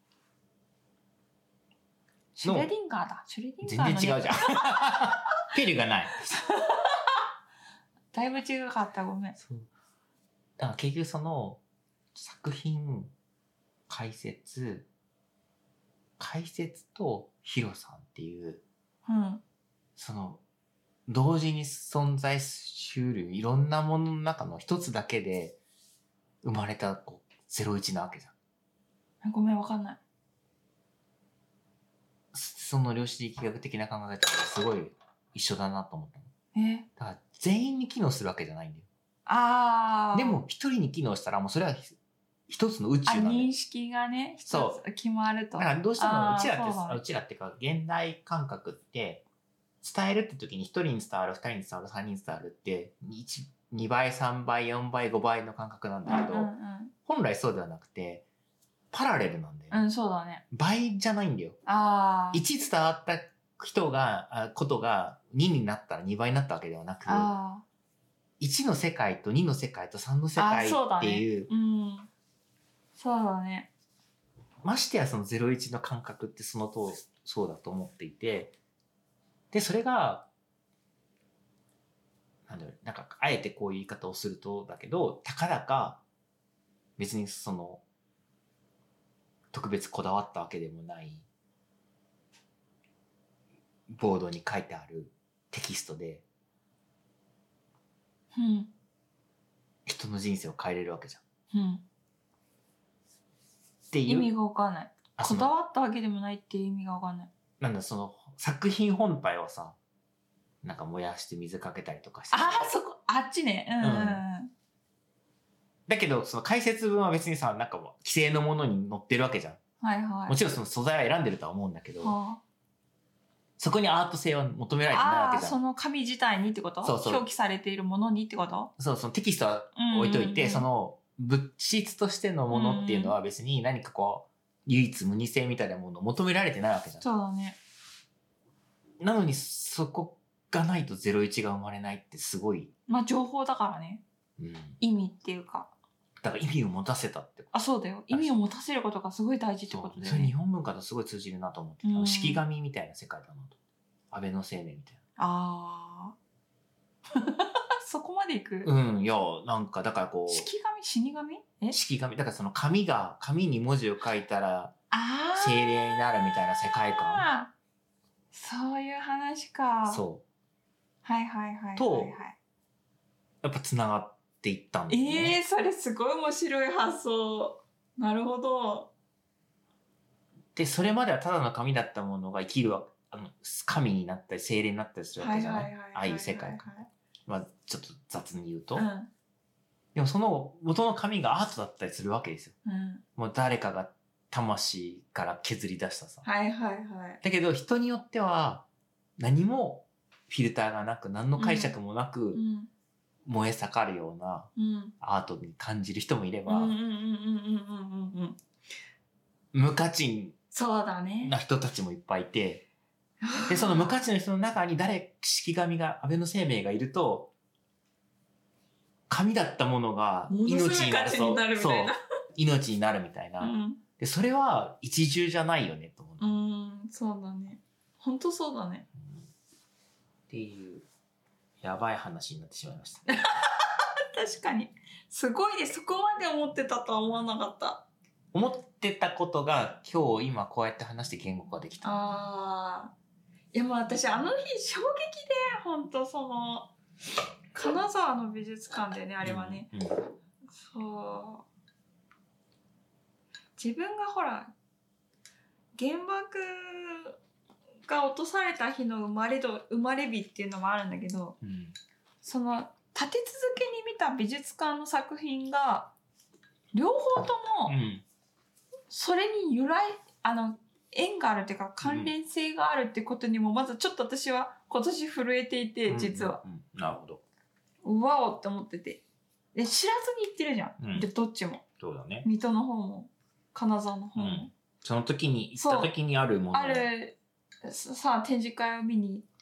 シュレディンガーだ。シュレディンガー全然違うじゃん。ペルがない。 だいぶ違かった、ごめん。 そう。だから結局その作品解説とヒロさんっていう、その同時に存在しうるいろんなものの中の一つだけで生まれた01なわけじゃん。 ごめん、わかんない。 その量子力学的な考え方がすごい一緒だなと思ったの。だから全員に機能するわけじゃないんだよ。でも一人に機能したらもうそれは一つの宇宙なんだよ。 認識がね、一つ決まると。 だからどうしてもうちらっていうか現代感覚って伝えるって時に1人に伝わる、2人に伝わる、3人に伝わるって2倍、3倍、4倍、5倍の感覚なんだけど、本来そうではなくてパラレルなんだよ。 そうだね。 倍じゃないんだよ。1伝わったことが2になったら2倍になったわけではなく、1の世界と2の世界と3の世界っていう。 そうだね。 ましてやその01の感覚ってそうだと思っていて、でそれがなんかあえてこういう言い方をするとだけど、たかだか別にその特別こだわったわけでもないボードに書いてあるテキストで、人の人生を変えれるわけじゃん。っていう意味がわかんない。こだわったわけでもないっていう意味がわかんない。 なんだその作品本体をさ、なんか燃やして水かけたりとかして。 あっちね。 だけどその解説文は別にさ、なんかもう既成のものに載ってるわけじゃん。もちろんその素材は選んでるとは思うんだけど、そこにアート性は求められてないわけじゃん。 その紙自体にってこと？表記されているものにってこと？ そのテキストは置いといて、その物質としてのものっていうのは別に何か唯一無二性みたいなものを求められてないわけじゃん。 そうだね。 なのにそこがないと01が生まれないってすごい。 情報だからね。意味っていうか。 だから意味を持たせたってこと。 そうだよ。意味を持たせることがすごい大事ってことで、ね。 それ日本文化とすごい通じるなと思ってた。式紙みたいな世界だなと。安倍の生命みたいな。 そこまでいく？ いや、なんかだから式紙？死神？ 式紙。だからその紙に文字を書いたら精霊になるみたいな世界観。 そういう話か。 そう。 はい。 と、やっぱ繋がっていったんだよね。 それすごい面白い発想。 なるほど。 で、それまではただの神だったものが生きる神になったり精霊になったりするわけじゃない。ああいう世界観。まあちょっと雑に言うと。でもその元の神がアートだったりするわけですよ。もう誰かが魂から削り出したさ。だけど人によっては何もフィルターがなく何の解釈もなく燃え盛るようなアートに感じる人もいれば無価値な人たちもいっぱいいて、でその無価値の人の中に式神が安倍の生命がいると神だったものが命になるそう命になるみたいな、でそれは一重じゃないよねと思う。 そうだね。本当そうだね。 っていうやばい話になってしまいました。 確かにすごいです。そこまで思ってたとは思わなかった。 思ってたことが今こうやって話して言語化できた。 いやもう私衝撃で本当その金沢の美術館でねあれはね、そう自分がほら原爆が落とされた日の生まれ日っていうのもあるんだけど、その立て続けに見た美術館の作品が両方ともそれに縁があるっていうか関連性があるってことにもまずちょっと私は今年震えていて、実は、 なるほど。 うわおって思ってて、で知らずに行ってるじゃん、でどっちも。 そうだね。 水戸の方も金沢の方も、 その時に行った時にあるもの、 あるさ展示会を見に行って、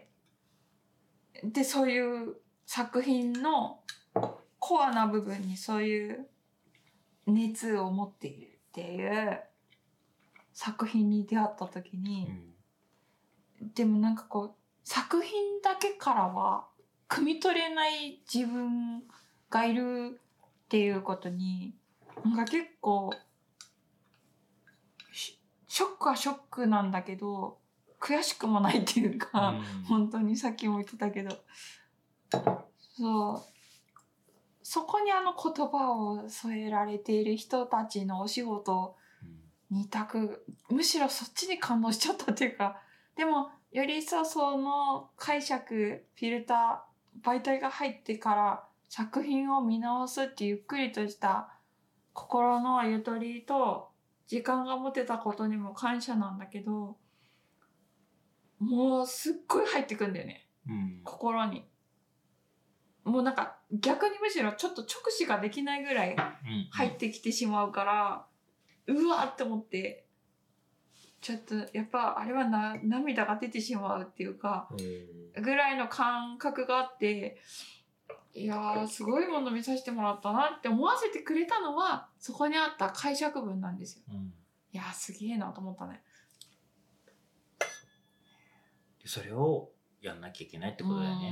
でそういう作品のコアな部分にそういう熱を持っているっていう作品に出会った時に、でもなんかこう作品だけからは汲み取れない自分がいるっていうことになんか結構ショックはショックなんだけど悔しくもないっていうか、本当にさっきも言ってたけど、そこに言葉を添えられている人たちのお仕事にむしろそっちに感動しちゃったっていうか、でもよりその解釈フィルター媒体が入ってから作品を見直すっていうゆっくりとした心のゆとりと時間が持てたことにも感謝なんだけど、もうすっごい入ってくんだよね、心に。もうなんか逆にむしろちょっと直視ができないぐらい入ってきてしまうから、うわーって思って、ちょっとやっぱあれは涙が出てしまうっていうかぐらいの感覚があって、いやーすごいもの見させてもらったなって思わせてくれたのはそこにあった解釈文なんですよ。いやーすげえなと思ったね。 それをやんなきゃいけないってことだよね。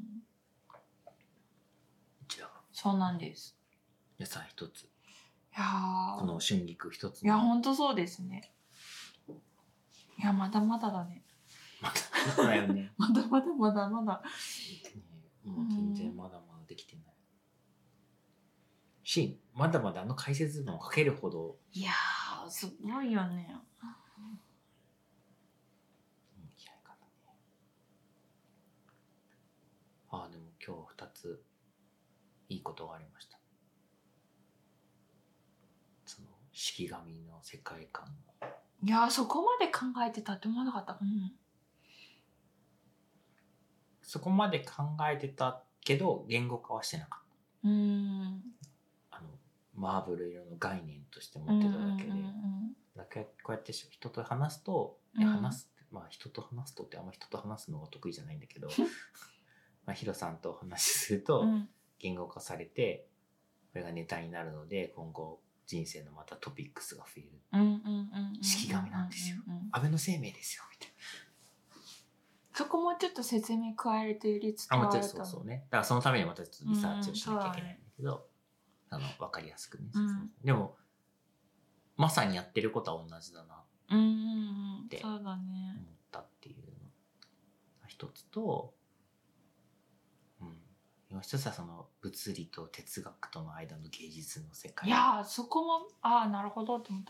そうなんです。 じゃあさ一つ。 いやこの春菊一つ。 いや本当そうですね。いやまだまだだね。 まだだよね。 まだまだまだまだ。 もう全然まだまだできてない。まだまだ解説文を書けるほど。 いやーすごいよね。 でも今日2ついいことがありました。その式神の世界観。 いやそこまで考えてたって思わなかった。 そこまで考えてたけど言語化はしてなかった。マーブル色の概念として持ってただけで、だけこうやって人と話すと、人と話すとってあんま人と話すのが得意じゃないんだけどヒロさんとお話しすると言語化されて、これがネタになるので今後人生のまたトピックスが増える。式神なんですよ、安倍の生命ですよみたいな。 そこもちょっと説明加えるとより伝わると。 そうね。だからそのためにまたちょっとリサーチをしなきゃいけないんだけど、分かりやすくね。でもまさにやってることは同じだなって思ったっていうのが一つと、 もう一つはその物理と哲学との間の芸術の世界。 いやーそこもなるほどって思った。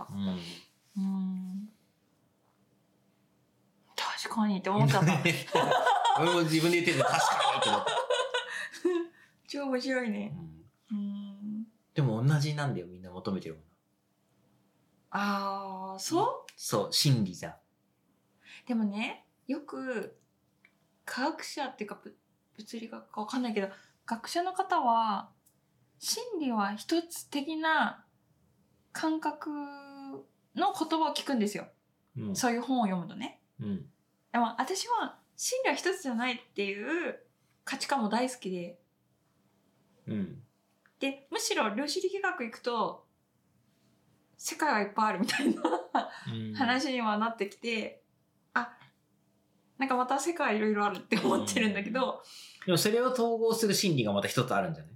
確かにって思っちゃった。 俺も自分で言ってて確かにって思った。 超面白いね。 でも同じなんだよ、みんな求めてるもの。そう、真理じゃん。 でもね、よく科学者っていうか物理学かわかんないけど、学者の方は真理は一つ的な感覚の言葉を聞くんですよ。そういう本を読むとね。でも私は真理は一つじゃないっていう価値観も大好きで、でむしろ量子力学行くと世界はいっぱいあるみたいな話にはなってきて、なんかまた世界いろいろあるって思ってるんだけど、 でもそれを統合する真理がまた一つあるんじゃない？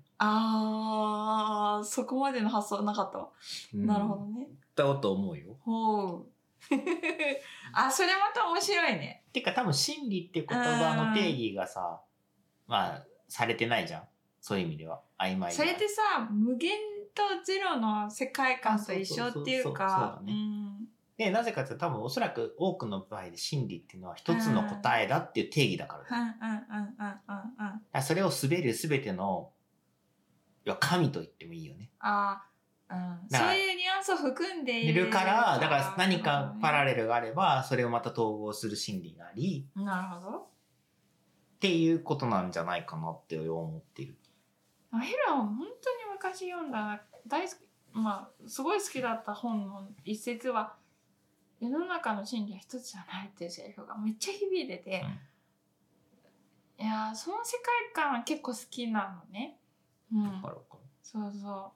そこまでの発想なかったわ。なるほどね。 だと思うよ。 それまた面白いね。 てか多分真理って言葉の定義がさ、されてないじゃん。そういう意味では曖昧。 それってさ、無限とゼロの世界観と一緒っていうか、 で、なぜかというと多分おそらく多くの場合で真理っていうのは一つの答えだっていう定義だからだ。それを滑るすべての神と言ってもいいよね。 そういうニュアンスを含んでいるから、だから何かパラレルがあれば、それをまた統合する真理があり、 なるほど。 っていうことなんじゃないかなって思っている。 ヘラは本当に昔読んだ大好き、すごい好きだった本の一節は、世の中の真理は一つじゃないっていうセリフがめっちゃ響いてて、いやその世界観は結構好きなのね。そうそう。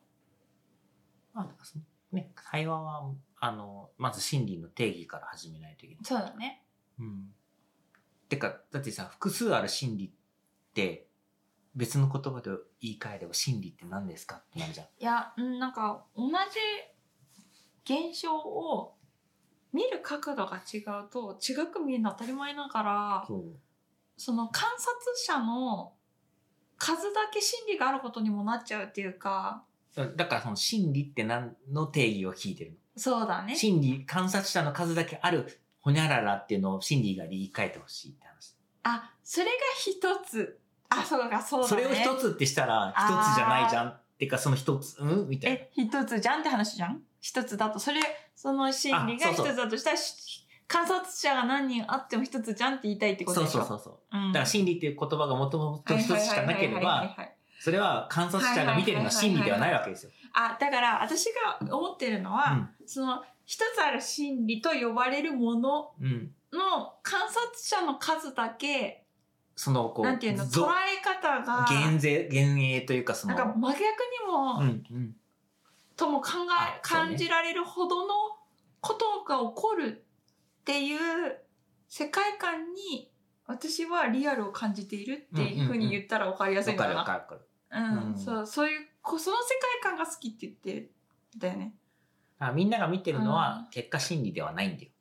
ね、会話はまず真理の定義から始めないといけない。 そうだね。 てかだってさ、複数ある真理って別の言葉で言い換えれば真理って何ですかってなるじゃん。 いや、なんか同じ現象を見る角度が違うと違く見えるの当たり前だから、その観察者の数だけ真理があることにもなっちゃうっていうか。 だからその真理って何の定義を聞いてるの？ そうだね。 真理、観察者の数だけあるほにゃららっていうのを真理が言い換えてほしいって話。 それが一つ。そうだね。 それを一つってしたら一つじゃないじゃんってか、その一つみたいな。 一つじゃんって話じゃん。一つだとその真理が一つだとしたら観察者が何人あっても一つじゃんって言いたいってことでしょ。 そう。だから真理っていう言葉がもともと一つしかなければ、それは観察者が見てるのは真理ではないわけですよ。 だから私が思ってるのは、その一つある真理と呼ばれるものの観察者の数だけ、なんていうの、捉え方が幻影というかなんか真逆にも、とも感じられるほどのことが起こるっていう世界観に私はリアルを感じているっていうふうに言ったら分かりやすいのかな。 分かる。 そういうその世界観が好きって言ってるんだよね。 みんなが見てるのは結果真理ではないんだよ。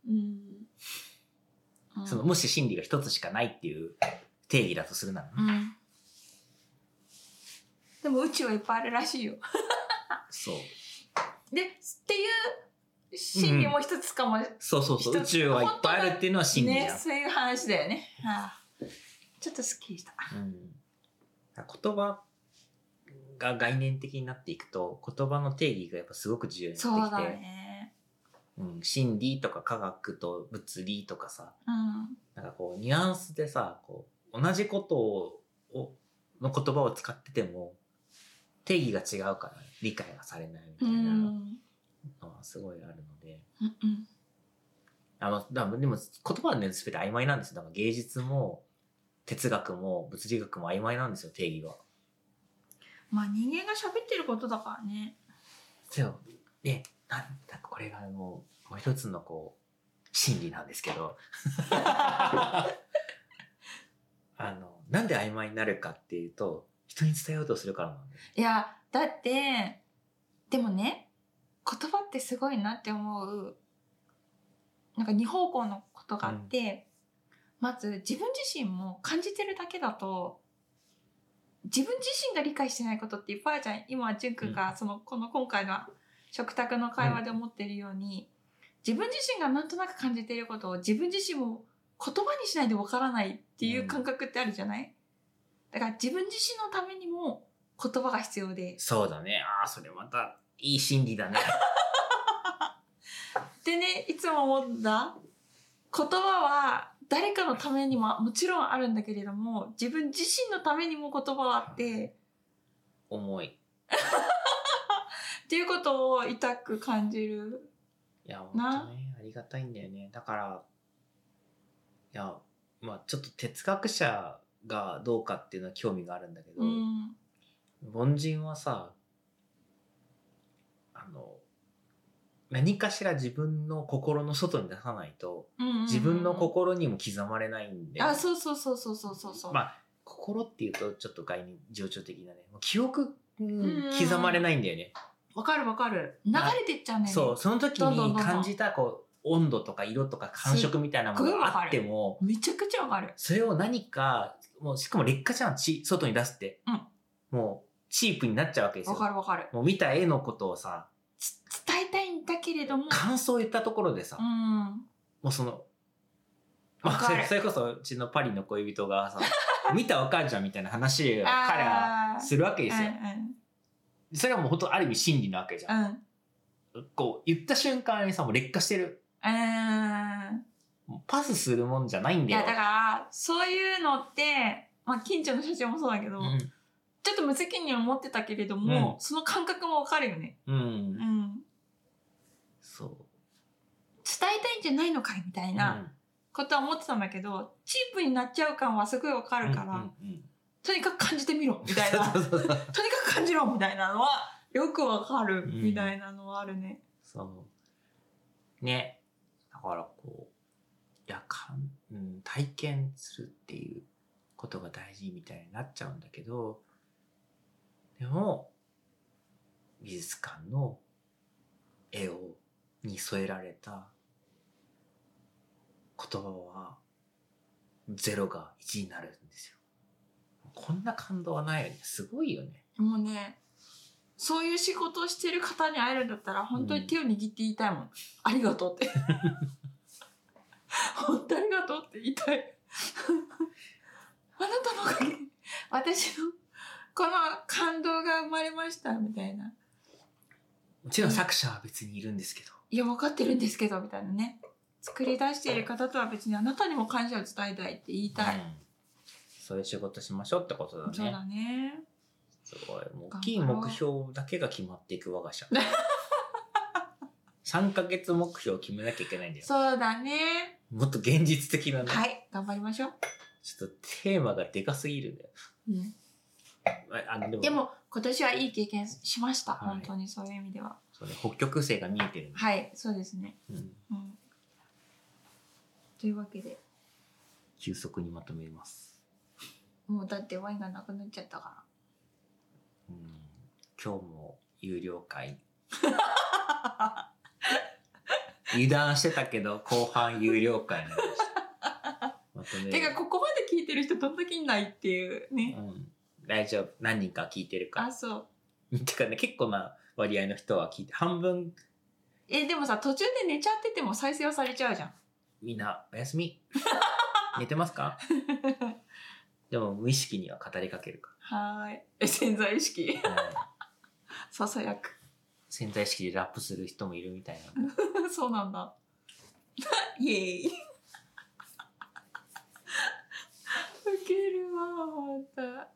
もし真理が一つしかないっていう定義だとするならね。 でも宇宙はいっぱいあるらしいよ。 そう。 でっていう真理も一つかも。 そう宇宙はいっぱいあるっていうのは真理じゃん。 そういう話だよね。ちょっとスッキリした。 言葉が概念的になっていくと、言葉の定義がやっぱすごく重要になってきて。 そうだね。 真理とか科学と物理とかさ、なんかニュアンスでさ、同じことの言葉を使ってても定義が違うから理解がされないみたいなのはすごいあるので、でも言葉はね、全て曖昧なんですよ。だから芸術も哲学も物理学も曖昧なんですよ、定義は。 人間が喋ってることだからね。 そうで、なんかこれがもう一つの真理なんですけどなんで曖昧になるかっていうと、人に伝えようとするからなんだよ。 いやだってでもね、言葉ってすごいなって思う。なんか二方向のことがあって、まず自分自身も感じてるだけだと自分自身が理解してないことっていっぱいあるじゃん。今、淳くんが、今回の食卓の会話で思ってるように、自分自身がなんとなく感じていることを自分自身も言葉にしないでわからないっていう感覚ってあるじゃない？だから自分自身のためにも言葉が必要で。 そうだね。ああ、それまたいい心理だね。 でね、いつも思った。言葉は誰かのためにももちろんあるんだけれども、自分自身のためにも言葉はあって、 重い。 っていうことを痛く感じる。 いや、本当ね、ありがたいんだよね。だから、いや、まあちょっと哲学者がどうかっていうのは興味があるんだけど、凡人はさ、何かしら自分の心の外に出さないと、自分の心にも刻まれないんで、 あ、そう。 まあ心っていうとちょっと概念情緒的なね、記憶刻まれないんだよね。 わかる。流れてっちゃうんだよね。 そう、その時に感じた温度とか色とか感触みたいなものがあっても、 めちゃくちゃわかる。 それを何か、もうしかも劣化じゃん、外に出すって。もうチープになっちゃうわけですよ。 わかる。 もう見た絵のことをさ、 伝えたいんだけれども。 感想を言ったところでさ、もうまあ、それこそうちのパリの恋人がさ、見たらわかるじゃんみたいな話を彼はするわけですよ。それはもう本当ある意味真理なわけじゃん。こう言った瞬間にさ、もう劣化してる。もうパスするもんじゃないんだよ。 いやだからそういうのって、まあ近所の写真もそうだけど、ちょっと無責任に思ってたけれども、その感覚もわかるよね。 そう。 伝えたいんじゃないのかいみたいなことは思ってたんだけど、チープになっちゃう感はすごいわかるから、とにかく感じてみろみたいな。とにかく感じろみたいなのはよくわかるみたいなのはあるね。 そう。ね。だから体験するっていうことが大事みたいになっちゃうんだけど、でも、美術館の絵に添えられた言葉は、0が1になるんですよ。こんな感動はないよね。すごいよね。 もうね、そういう仕事をしてる方に会えるんだったら、本当に手を握って言いたいもん。ありがとうって。本当ありがとうって言いたい。あなたのおかげで私のこの感動が生まれましたみたいな。 もちろん作者は別にいるんですけど。 いや、分かってるんですけどみたいなね。作り出している方とは別にあなたにも感謝を伝えたいって言いたい。 そういう仕事しましょうってことだね。 そうだね。 すごい。大きい目標だけが決まっていく我が社。3ヶ月目標を決めなきゃいけないんだよ。 そうだね。 もっと現実的なね。 はい、頑張りましょう。 ちょっとテーマがでかすぎるんだよ。 でも今年はいい経験しました。本当にそういう意味では。 そうね、北極星が見えてる。 はい、そうですね。というわけで。 急速にまとめます。 もうだってワインがなくなっちゃったから。 今日も有料会。油断してたけど後半有料会になりました。 てかここまで聞いてる人どんだけいないっていうね。 大丈夫。何人か聞いてるから。 あ、そう。 てかね、結構な割合の人は聞いて、半分。 でもさ、途中で寝ちゃってても再生はされちゃうじゃん。 みんな、おやすみ。寝てますか？でも無意識には語りかけるから。はい。潜在意識。ささやく。 潜在意識でラップする人もいるみたいな。そうなんだ。イエーイ。ウケるわ、ほんと。はい、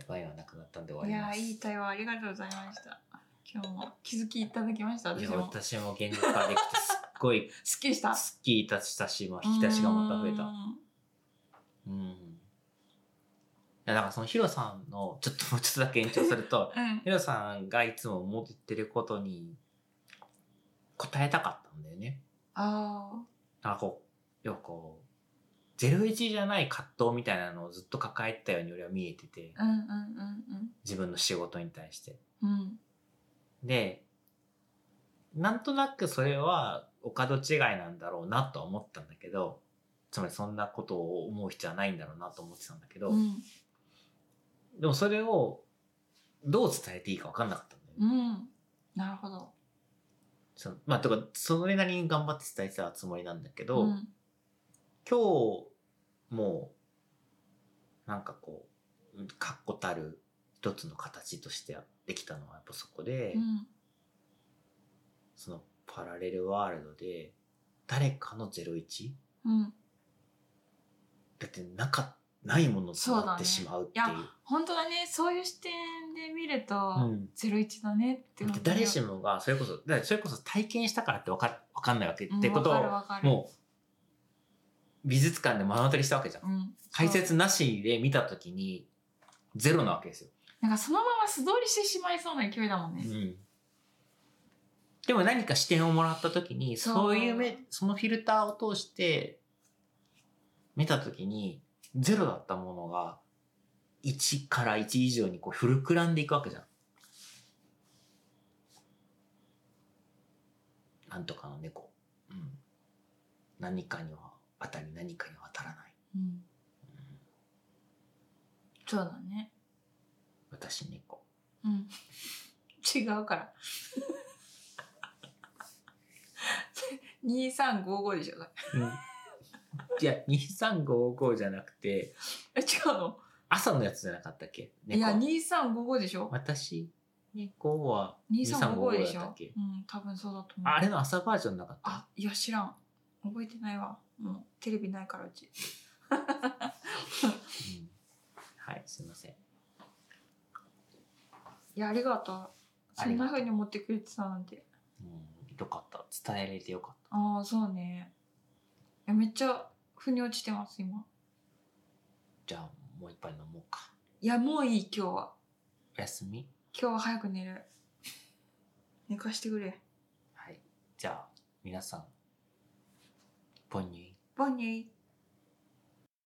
ワインはなくなったんで終わります。 いや、いい対話ありがとうございました。今日も気づきいただきました。 私も言語化できてすっごいすっきりした。 すっきりしたし、引き出しがまた増えた。だからそのヒロさんのもうちょっとだけ延長すると、ヒロさんがいつも思ってることに答えたかったんだよね。なんか要は01じゃない葛藤みたいなのをずっと抱えてたように俺は見えてて、自分の仕事に対して。で、なんとなくそれはお門違いなんだろうなとは思ったんだけど、つまりそんなことを思う必要はないんだろうなと思ってたんだけど、 でもそれをどう伝えていいか分かんなかったんだよね。 うん。なるほど。 まあ、とか、それなりに頑張って伝えてたつもりなんだけど、 うん。 今日も、なんかこう、確固たる一つの形としてできたのはやっぱそこで、 うん。 そのパラレルワールドで、誰かの01？ うん。 だってないものとなってしまうっていう。 いや、本当だね。そういう視点で見ると、 うん 01だねって思う。 誰しもがそれこそ体験したからってわかんないわけってことを、 わかるもう美術館で目の当たりしたわけじゃん。 うん、 解説なしで見たときにゼロなわけですよ。 なんかそのまま素通りしてしまいそうな勢いだもんね。 うん。でも何か視点をもらったときに、そういうそのフィルターを通して見たときに、ゼロだったものが1から1以上にこう膨らんでいくわけじゃん。なんとかの猫。うん。何かには当たり、何かには当たらない。 うん。 うん、 そうだね。 私猫。 うん。違うから。2355でしょ。 うん。いや、2355じゃなくて。 違うの？ 朝のやつじゃなかったっけ？ いや、2355でしょ。 私、猫は 2355でしょ。 だったっけ？ うん、多分そうだと思う。 あれの朝バージョンなかった？ あ、いや、知らん。覚えてないわ。もうテレビないからうち。 うん、はい、すいません。 いや、ありがとう。そんな風に思ってくれてたなんて。 うん、よかった。伝えられてよかった。 ああ、そうね。いや、めっちゃ腑に落ちてます、今。 じゃあ、もう一杯飲もうか。 いや、もういい、今日は。 おやすみ。 今日は早く寝る。寝かしてくれ。 はい。じゃあ、皆さん、ボンニー。 ボンニー。